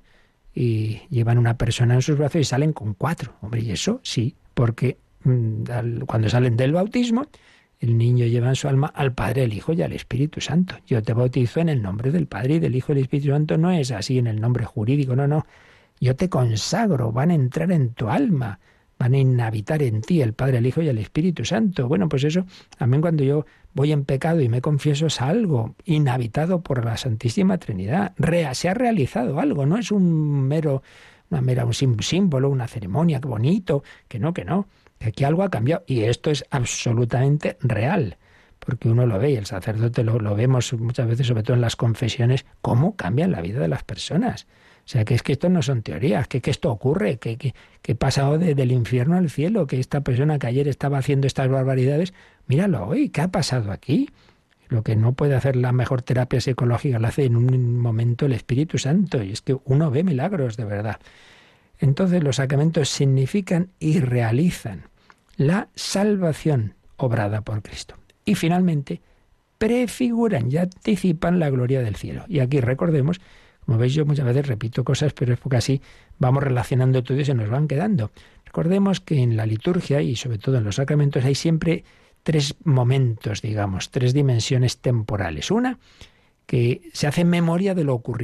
y llevan una persona en sus brazos y salen con cuatro. Hombre, y eso sí, porque mmm, al, cuando salen del bautismo, el niño lleva en su alma al Padre, el Hijo y al Espíritu Santo. Yo te bautizo en el nombre del Padre y del Hijo y del Espíritu Santo. No es así en el nombre jurídico, no, no. Yo te consagro, van a entrar en tu alma, van a inhabitar en ti el Padre, el Hijo y el Espíritu Santo. Bueno, pues eso, también cuando yo voy en pecado y me confieso, es algo inhabitado por la Santísima Trinidad. Rea, se ha realizado algo, no es un mero, una mera, un símbolo, una ceremonia, qué bonito, que no, que no. Que aquí algo ha cambiado y esto es absolutamente real, porque uno lo ve y el sacerdote lo, lo vemos muchas veces, sobre todo en las confesiones, cómo cambian la vida de las personas. O sea, que es que esto no son teorías, que, que esto ocurre, que, que, que he pasado de, del infierno al cielo, que esta persona que ayer estaba haciendo estas barbaridades, míralo hoy, ¿qué ha pasado aquí? Lo que no puede hacer la mejor terapia psicológica lo hace en un momento el Espíritu Santo, y es que uno ve milagros de verdad. Entonces los sacramentos significan y realizan la salvación obrada por Cristo. Y finalmente, prefiguran y anticipan la gloria del cielo. Y aquí recordemos, como veis yo muchas veces repito cosas, pero es porque así vamos relacionando todo y se nos van quedando. Recordemos que en la liturgia y sobre todo en los sacramentos hay siempre tres momentos, digamos, tres dimensiones temporales. Una, que se hace memoria de lo ocurrido.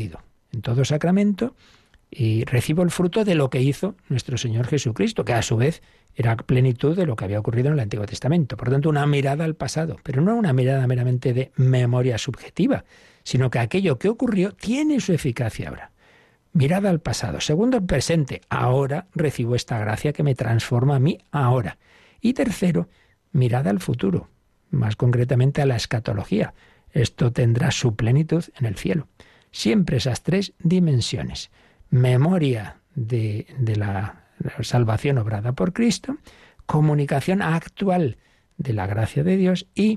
En todo sacramento y recibo el fruto de lo que hizo nuestro Señor Jesucristo, que a su vez era plenitud de lo que había ocurrido en el Antiguo Testamento. Por tanto, una mirada al pasado, pero no una mirada meramente de memoria subjetiva, sino que aquello que ocurrió tiene su eficacia ahora. Mirada al pasado. Segundo, el presente. Ahora recibo esta gracia que me transforma a mí ahora. Y tercero, mirada al futuro, más concretamente a la escatología. Esto tendrá su plenitud en el cielo. Siempre esas tres dimensiones. Memoria de, de la salvación obrada por Cristo, comunicación actual de la gracia de Dios y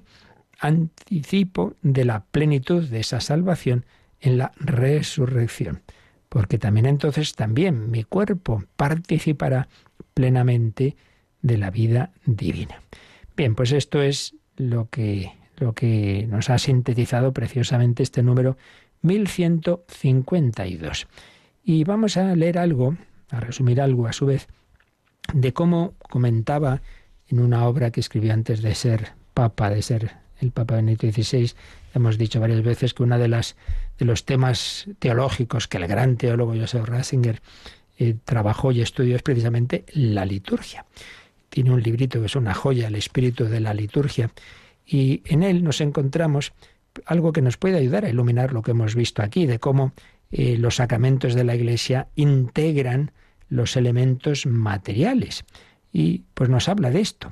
anticipo de la plenitud de esa salvación en la resurrección. Porque también entonces también mi cuerpo participará plenamente de la vida divina. Bien, pues esto es lo que, lo que nos ha sintetizado preciosamente este número mil ciento cincuenta y dos. Y vamos a leer algo, a resumir algo a su vez, de cómo comentaba en una obra que escribió antes de ser papa, de ser el Papa Benedicto dieciséis. Hemos dicho varias veces que uno de, las, de los temas teológicos que el gran teólogo Joseph Ratzinger eh, trabajó y estudió es precisamente la liturgia. Tiene un librito que es una joya, El espíritu de la liturgia, y en él nos encontramos algo que nos puede ayudar a iluminar lo que hemos visto aquí, de cómo eh, los sacramentos de la Iglesia integran los elementos materiales. Y pues nos habla de esto,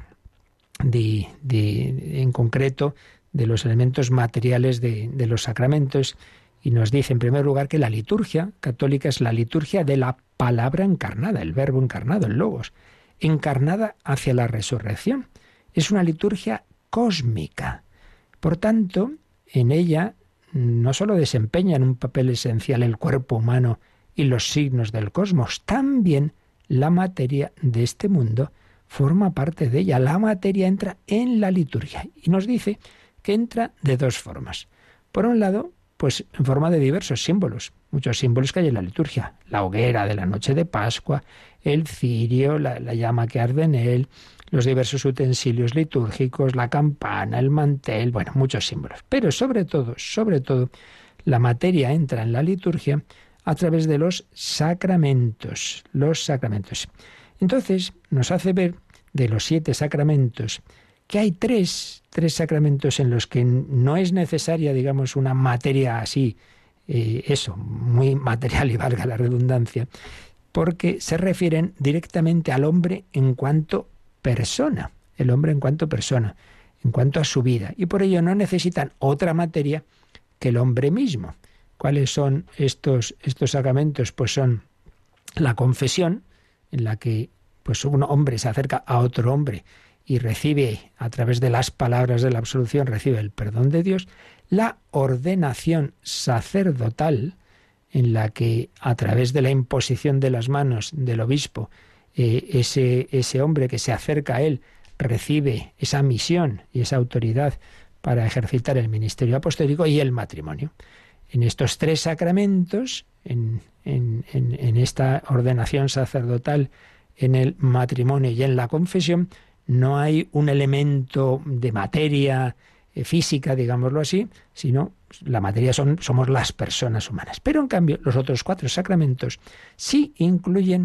de, de, en concreto de los elementos materiales de, de los sacramentos, y nos dice en primer lugar que la liturgia católica es la liturgia de la palabra encarnada, el verbo encarnado, el logos, encarnada hacia la resurrección. Es una liturgia cósmica. Por tanto, en ella no solo desempeñan un papel esencial el cuerpo humano y los signos del cosmos, también la materia de este mundo forma parte de ella. La materia entra en la liturgia y nos dice que entra de dos formas. Por un lado, pues en forma de diversos símbolos, muchos símbolos que hay en la liturgia. La hoguera de la noche de Pascua, el cirio, la, la llama que arde en él, los diversos utensilios litúrgicos, la campana, el mantel, bueno, muchos símbolos. Pero sobre todo, sobre todo, la materia entra en la liturgia a través de los sacramentos, los sacramentos. Entonces, nos hace ver de los siete sacramentos que hay tres, tres sacramentos en los que no es necesaria, digamos, una materia así, eh, eso, muy material y valga la redundancia, porque se refieren directamente al hombre en cuanto persona, el hombre en cuanto persona, en cuanto a su vida, y por ello no necesitan otra materia que el hombre mismo. ¿Cuáles son estos, estos sacramentos? Pues son la confesión, en la que pues un hombre se acerca a otro hombre y recibe, a través de las palabras de la absolución, recibe el perdón de Dios. La ordenación sacerdotal, en la que a través de la imposición de las manos del obispo, eh, ese, ese hombre que se acerca a él recibe esa misión y esa autoridad para ejercitar el ministerio apostólico. Y el matrimonio. En estos tres sacramentos, en, en, en, en esta ordenación sacerdotal, en el matrimonio y en la confesión, no hay un elemento de materia eh, física, digámoslo así, sino la materia son, somos las personas humanas. Pero en cambio, los otros cuatro sacramentos sí incluyen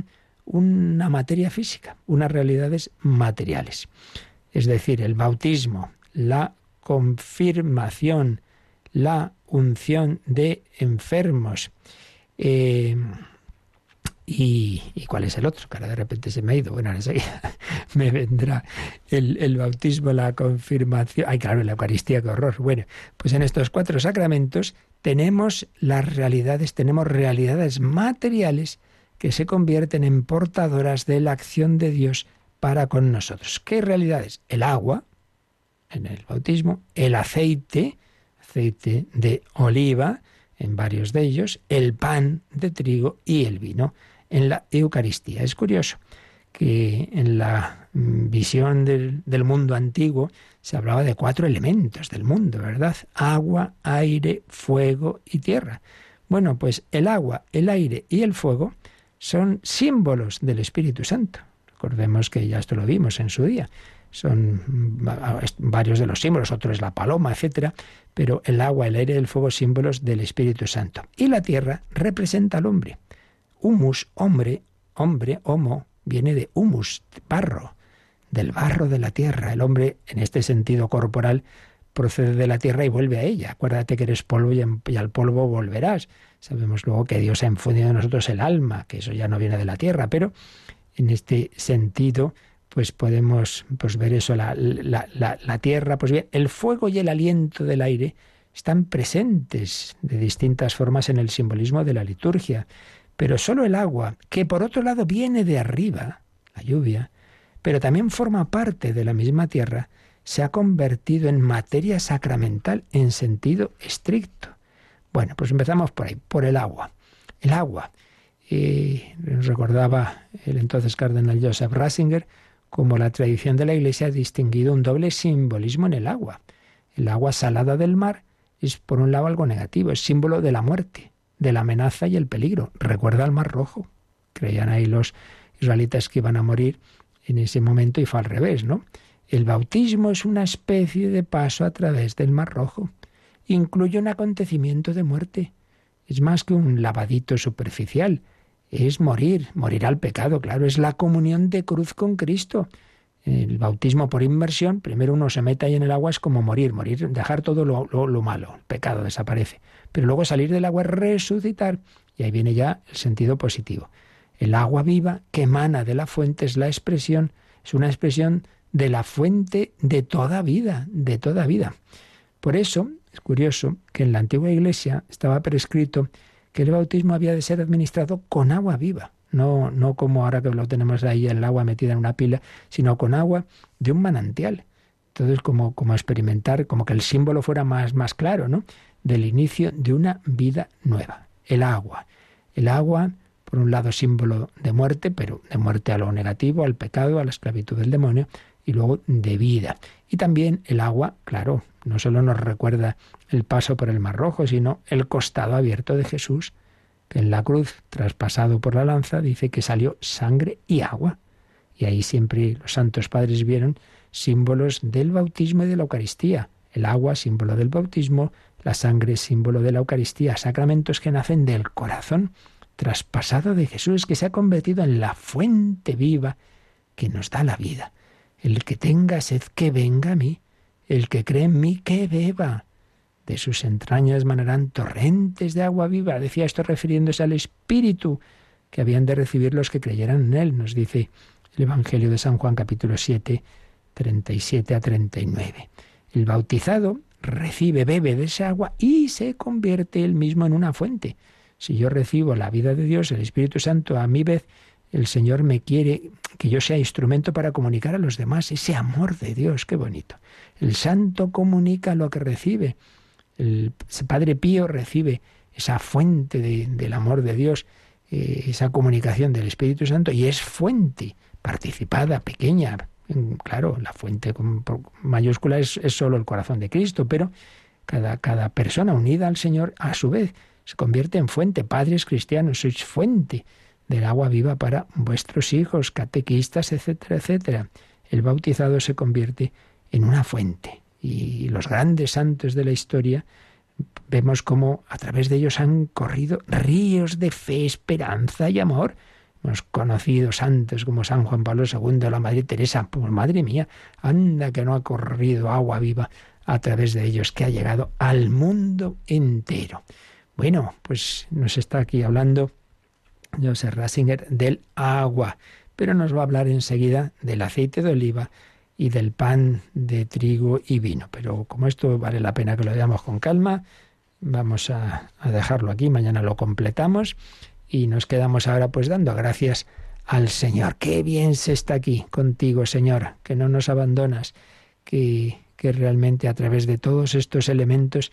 una materia física, unas realidades materiales. Es decir, el bautismo, la confirmación, la unción de enfermos. Eh, y, ¿Y cuál es el otro? Que ahora de repente se me ha ido. Bueno, ahora enseguida me vendrá el, el bautismo, la confirmación. Ay, claro, la Eucaristía, qué horror. Bueno, pues en estos cuatro sacramentos tenemos las realidades, tenemos realidades materiales que se convierten en portadoras de la acción de Dios para con nosotros. ¿Qué realidades? El agua, en el bautismo, el aceite, aceite de oliva, en varios de ellos, el pan de trigo y el vino en la Eucaristía. Es curioso que en la visión del, del mundo antiguo se hablaba de cuatro elementos del mundo, ¿verdad? Agua, aire, fuego y tierra. Bueno, pues el agua, el aire y el fuego son símbolos del Espíritu Santo. Recordemos que ya esto lo vimos en su día. Son varios de los símbolos, otro es la paloma, etcétera, pero el agua, el aire y el fuego, símbolos del Espíritu Santo. Y la tierra representa al hombre. Humus, hombre, hombre, homo, viene de humus, barro, del barro de la tierra. El hombre, en este sentido corporal, procede de la tierra y vuelve a ella. Acuérdate que eres polvo y, en, y al polvo volverás. Sabemos luego que Dios ha infundido en nosotros el alma, que eso ya no viene de la tierra, pero en este sentido pues podemos pues ver eso, la, la, la, la tierra, pues bien, el fuego y el aliento del aire están presentes de distintas formas en el simbolismo de la liturgia, pero solo el agua, que por otro lado viene de arriba, la lluvia, pero también forma parte de la misma tierra, se ha convertido en materia sacramental en sentido estricto. Bueno, pues empezamos por ahí, por el agua. El agua, eh, recordaba el entonces cardenal Joseph Ratzinger, como la tradición de la Iglesia ha distinguido un doble simbolismo en el agua. El agua salada del mar es, por un lado, algo negativo, es símbolo de la muerte, de la amenaza y el peligro. Recuerda al Mar Rojo. Creían ahí los israelitas que iban a morir en ese momento y fue al revés, ¿no? El bautismo es una especie de paso a través del Mar Rojo. Incluye un acontecimiento de muerte. Es más que un lavadito superficial. Es morir, morir al pecado, claro, es la comunión de cruz con Cristo. El bautismo por inmersión, primero uno se mete ahí en el agua, es como morir, morir, dejar todo lo, lo, lo malo, el pecado desaparece. Pero luego salir del agua es resucitar, y ahí viene ya el sentido positivo. El agua viva que emana de la fuente es la expresión, es una expresión de la fuente de toda vida, de toda vida. Por eso, es curioso que en la antigua Iglesia estaba prescrito que el bautismo había de ser administrado con agua viva, no, no como ahora que lo tenemos ahí el agua metida en una pila, sino con agua de un manantial. Entonces, como, como experimentar, como que el símbolo fuera más, más claro, ¿no? Del inicio de una vida nueva. El agua. El agua, por un lado, símbolo de muerte, pero de muerte a lo negativo, al pecado, a la esclavitud del demonio, y luego de vida. Y también el agua, claro, no solo nos recuerda el paso por el Mar Rojo, sino el costado abierto de Jesús, que en la cruz, traspasado por la lanza, dice que salió sangre y agua. Y ahí siempre los santos padres vieron símbolos del bautismo y de la Eucaristía. El agua, símbolo del bautismo, la sangre, símbolo de la Eucaristía, sacramentos que nacen del corazón traspasado de Jesús, que se ha convertido en la fuente viva que nos da la vida. El que tenga sed, que venga a mí. El que cree en mí, que beba. De sus entrañas manarán torrentes de agua viva. Decía esto refiriéndose al Espíritu que habían de recibir los que creyeran en él, nos dice el Evangelio de San Juan, capítulo siete, treinta y siete a treinta y nueve. El bautizado recibe, bebe de esa agua y se convierte él mismo en una fuente. Si yo recibo la vida de Dios, el Espíritu Santo, a mi vez, el Señor me quiere que yo sea instrumento para comunicar a los demás ese amor de Dios. Qué bonito. El santo comunica lo que recibe. El Padre Pío recibe esa fuente de, del amor de Dios, eh, esa comunicación del Espíritu Santo, y es fuente participada, pequeña. Claro, la fuente con mayúscula es, es solo el corazón de Cristo, pero cada, cada persona unida al Señor, a su vez, se convierte en fuente. Padres cristianos, sois fuente del agua viva para vuestros hijos, catequistas, etcétera, etcétera. El bautizado se convierte en una fuente. Y los grandes santos de la historia, vemos cómo a través de ellos han corrido ríos de fe, esperanza y amor. Hemos conocido santos como San Juan Pablo segundo, la Madre Teresa. Pues madre mía, anda que no ha corrido agua viva a través de ellos, que ha llegado al mundo entero. Bueno, pues nos está aquí hablando Joseph Ratzinger del agua, pero nos va a hablar enseguida del aceite de oliva y del pan de trigo y vino. Pero como esto vale la pena que lo veamos con calma, vamos a, a dejarlo aquí, mañana lo completamos y nos quedamos ahora pues dando gracias al Señor. Qué bien se está aquí contigo, Señor, que no nos abandonas, que, que realmente a través de todos estos elementos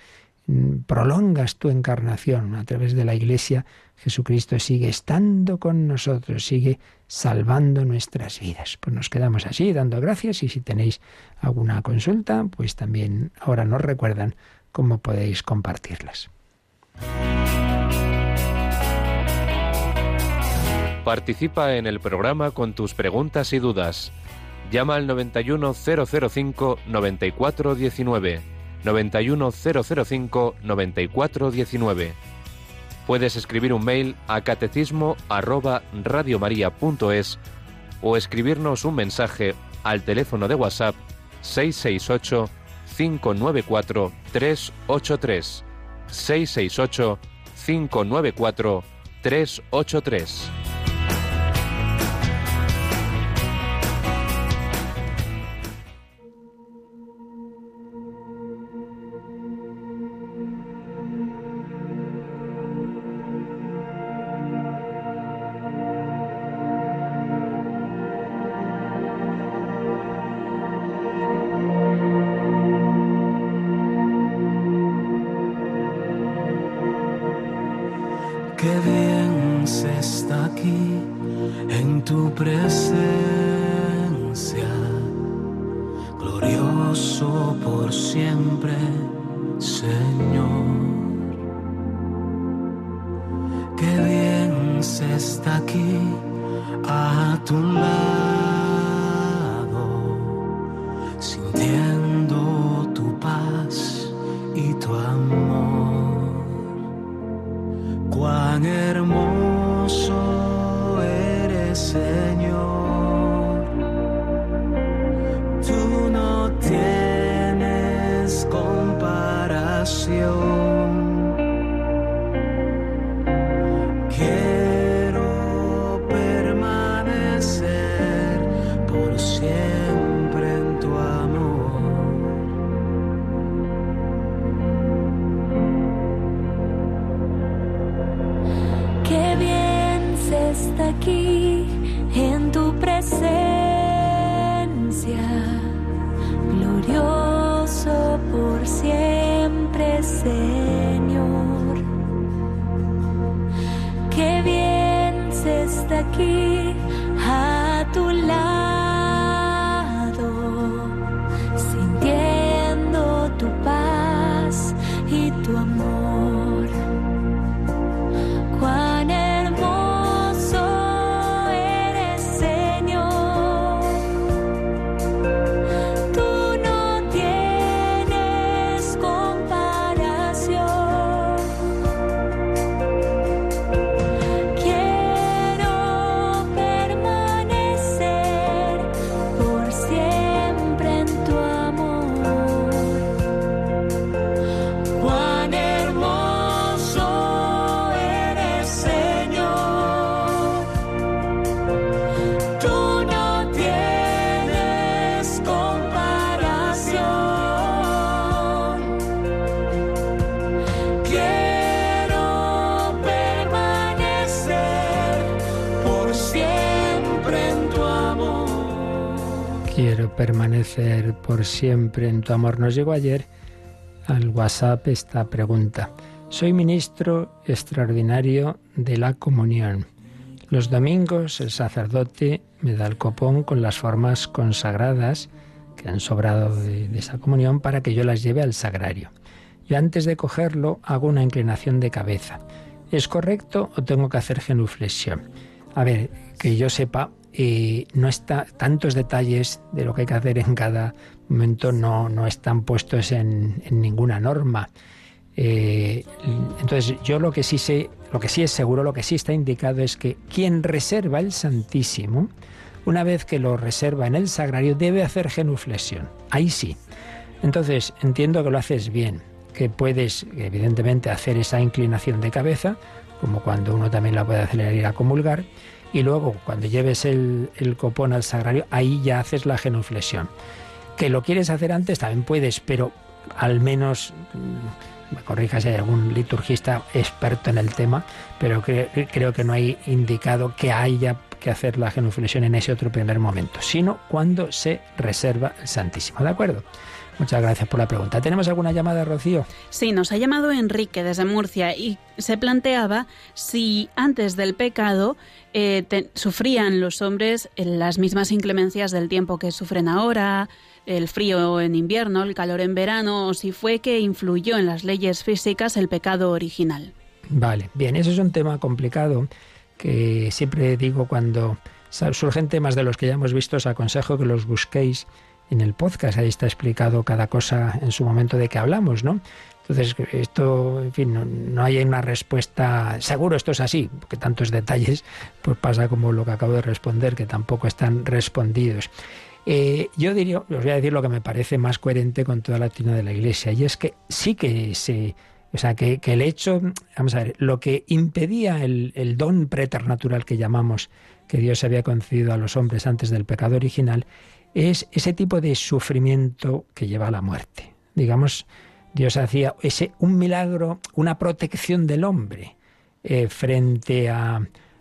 prolongas tu encarnación. A través de la Iglesia, Jesucristo sigue estando con nosotros, sigue salvando nuestras vidas. Pues nos quedamos así, dando gracias, y si tenéis alguna consulta, pues también ahora nos recuerdan cómo podéis compartirlas. Participa en el programa con tus preguntas y dudas. Llama al noventa y uno cero cero cinco noventa y cuatro diecinueve, noventa y uno cero cero cinco noventa y cuatro diecinueve. Puedes escribir un mail a catecismo arroba radiomaria.es o escribirnos un mensaje al teléfono de WhatsApp seis seis ocho cinco nueve cuatro tres ocho tres, seis seis ocho cinco nueve cuatro tres ocho tres. Qué bien se está aquí en tu presencia, glorioso por siempre, Señor. Qué bien se está aquí a tu lado, sintiendo tu paz y tu amor. Cuán hermoso eres, Señor. Tú no tienes comparación. Quiero permanecer por siempre en tu amor. Qué bien se está aquí en tu presencia, glorioso por siempre, Señor. Qué bien se está aquí a tu lado, sintiendo tu paz y tu amor. Cuán hermoso eres, Señor. Tú no tienes comparación. Quiero permanecer por siempre en tu amor. Cuán hermoso eres, Señor. Tú no tienes comparación. Quiero permanecer por siempre en tu amor. Quiero permanecer por siempre en tu amor. Nos llegó ayer al WhatsApp esta pregunta. Soy ministro extraordinario de la comunión. Los domingos el sacerdote me da el copón con las formas consagradas que han sobrado de, de esa comunión para que yo las lleve al sagrario. Yo antes de cogerlo hago una inclinación de cabeza. ¿Es correcto o tengo que hacer genuflexión? A ver, que yo sepa, eh, no está tantos detalles de lo que hay que hacer en cada momento no, no están puestos en, en ninguna norma. Eh, entonces yo lo que sí sé, lo que sí es seguro, lo que sí está indicado es que quien reserva el Santísimo, una vez que lo reserva en el sagrario, debe hacer genuflexión. Ahí sí. Entonces entiendo que lo haces bien, que puedes evidentemente hacer esa inclinación de cabeza, como cuando uno también la puede hacer al ir a comulgar, y luego cuando lleves el, el copón al sagrario, ahí ya haces la genuflexión. Que lo quieres hacer antes también puedes, pero al menos, me corrija si hay algún liturgista experto en el tema, pero cre- creo que no hay indicado que haya que hacer la genuflexión en ese otro primer momento, sino cuando se reserva el Santísimo. ¿De acuerdo? Muchas gracias por la pregunta. ¿Tenemos alguna llamada, Rocío? Sí, nos ha llamado Enrique desde Murcia y se planteaba si antes del pecado eh, te, sufrían los hombres las mismas inclemencias del tiempo que sufren ahora, el frío en invierno, el calor en verano, o si fue que influyó en las leyes físicas el pecado original. Vale, bien, eso es un tema complicado que siempre digo cuando surgen temas de los que ya hemos visto, os aconsejo que los busquéis en el podcast, ahí está explicado cada cosa en su momento de que hablamos, ¿no? Entonces, esto, en fin, no, no hay una respuesta, seguro esto es así, porque tantos detalles, pues pasa como lo que acabo de responder, que tampoco están respondidos. Eh, yo diría, os voy a decir lo que me parece más coherente con toda la doctrina de la Iglesia, y es que sí que se... O sea, que, que el hecho, vamos a ver, lo que impedía el, el don preternatural que llamamos, que Dios había concedido a los hombres antes del pecado original, es ese tipo de sufrimiento que lleva a la muerte. Digamos, Dios hacía ese un milagro, una protección del hombre eh, frente a,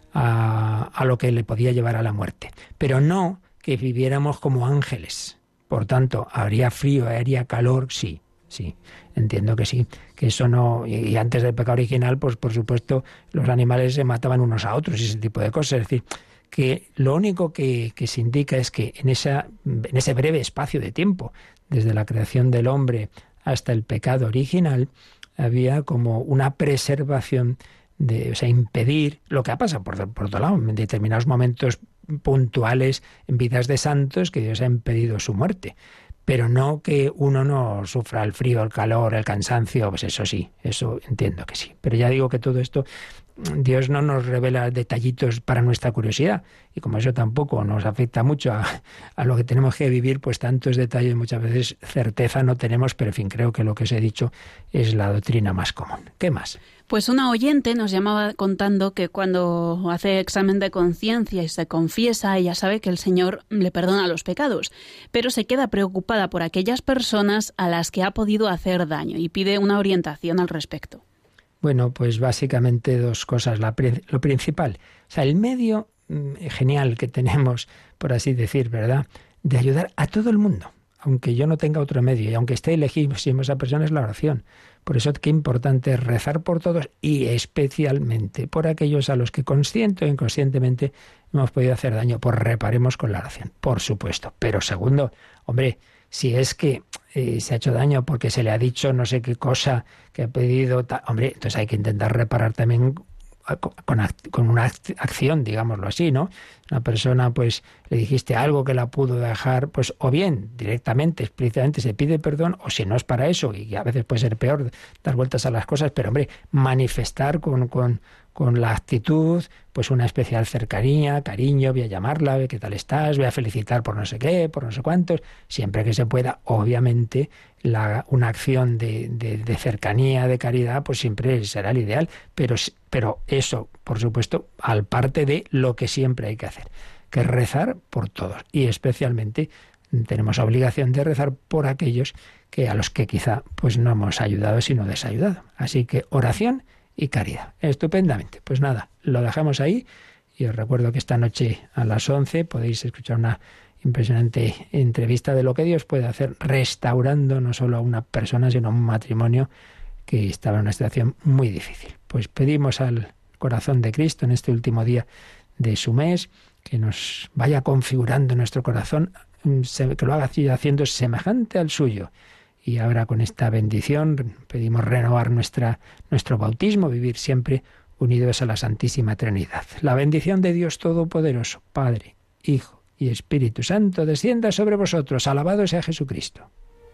a, a lo que le podía llevar a la muerte. Pero no que viviéramos como ángeles. Por tanto, ¿habría frío, habría calor? Sí, sí, entiendo que sí. Que eso no... Y antes del pecado original, pues por supuesto, los animales se mataban unos a otros y ese tipo de cosas. Es decir, que lo único que, que se indica es que en, esa, en ese breve espacio de tiempo, desde la creación del hombre hasta el pecado original, había como una preservación de, o sea, impedir lo que ha pasado por, por otro lado, en determinados momentos puntuales en vidas de santos que Dios ha impedido su muerte. Pero no que uno no sufra el frío, el calor, el cansancio, pues eso sí, eso entiendo que sí. Pero ya digo que todo esto, Dios no nos revela detallitos para nuestra curiosidad, y como eso tampoco nos afecta mucho a, a lo que tenemos que vivir, pues tantos detalles muchas veces certeza no tenemos, pero en fin, creo que lo que os he dicho es la doctrina más común. ¿Qué más? Pues una oyente nos llamaba contando que cuando hace examen de conciencia y se confiesa, ella sabe que el Señor le perdona los pecados, pero se queda preocupada por aquellas personas a las que ha podido hacer daño y pide una orientación al respecto. Bueno, pues básicamente dos cosas. La, lo principal, o sea, el medio mm, genial que tenemos, por así decir, ¿verdad?, de ayudar a todo el mundo, aunque yo no tenga otro medio y aunque esté legítima esa persona, es la oración. Por eso qué importante es rezar por todos y especialmente por aquellos a los que consciente o inconscientemente hemos podido hacer daño. Pues reparemos con la oración, por supuesto. Pero segundo, hombre, si es que eh, se ha hecho daño porque se le ha dicho no sé qué cosa que ha pedido, ta, hombre, entonces hay que intentar reparar también con, con una acción, digámoslo así, ¿no? Una persona, pues, le dijiste algo que la pudo dejar, pues, o bien directamente, explícitamente se pide perdón, o si no es para eso, y a veces puede ser peor dar vueltas a las cosas, pero, hombre, manifestar con, con, con la actitud, pues, una especial cercanía, cariño, voy a llamarla, ¿qué tal estás? Voy a felicitar por no sé qué, por no sé cuántos, siempre que se pueda, obviamente, la, una acción de, de, de cercanía, de caridad, pues siempre será el ideal, pero, pero eso, por supuesto, al parte de lo que siempre hay que hacer, que es rezar por todos, y especialmente tenemos obligación de rezar por aquellos que a los que quizá pues no hemos ayudado sino desayudado. Así que oración y caridad. Estupendamente. Pues nada, lo dejamos ahí y os recuerdo que esta noche a las once podéis escuchar una impresionante entrevista de lo que Dios puede hacer restaurando no solo a una persona sino a un matrimonio que estaba en una situación muy difícil. Pues pedimos al corazón de Cristo en este último día de su mes que nos vaya configurando nuestro corazón, que lo haga haciendo semejante al suyo. Y ahora con esta bendición pedimos renovar nuestra, nuestro bautismo, vivir siempre unidos a la Santísima Trinidad. La bendición de Dios Todopoderoso, Padre, Hijo y Espíritu Santo, descienda sobre vosotros. Alabado sea Jesucristo.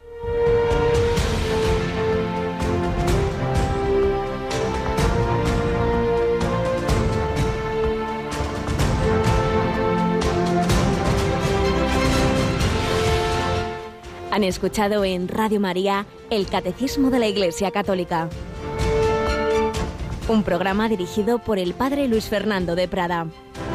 Han escuchado en Radio María el Catecismo de la Iglesia Católica, un programa dirigido por el Padre Luis Fernando de Prada.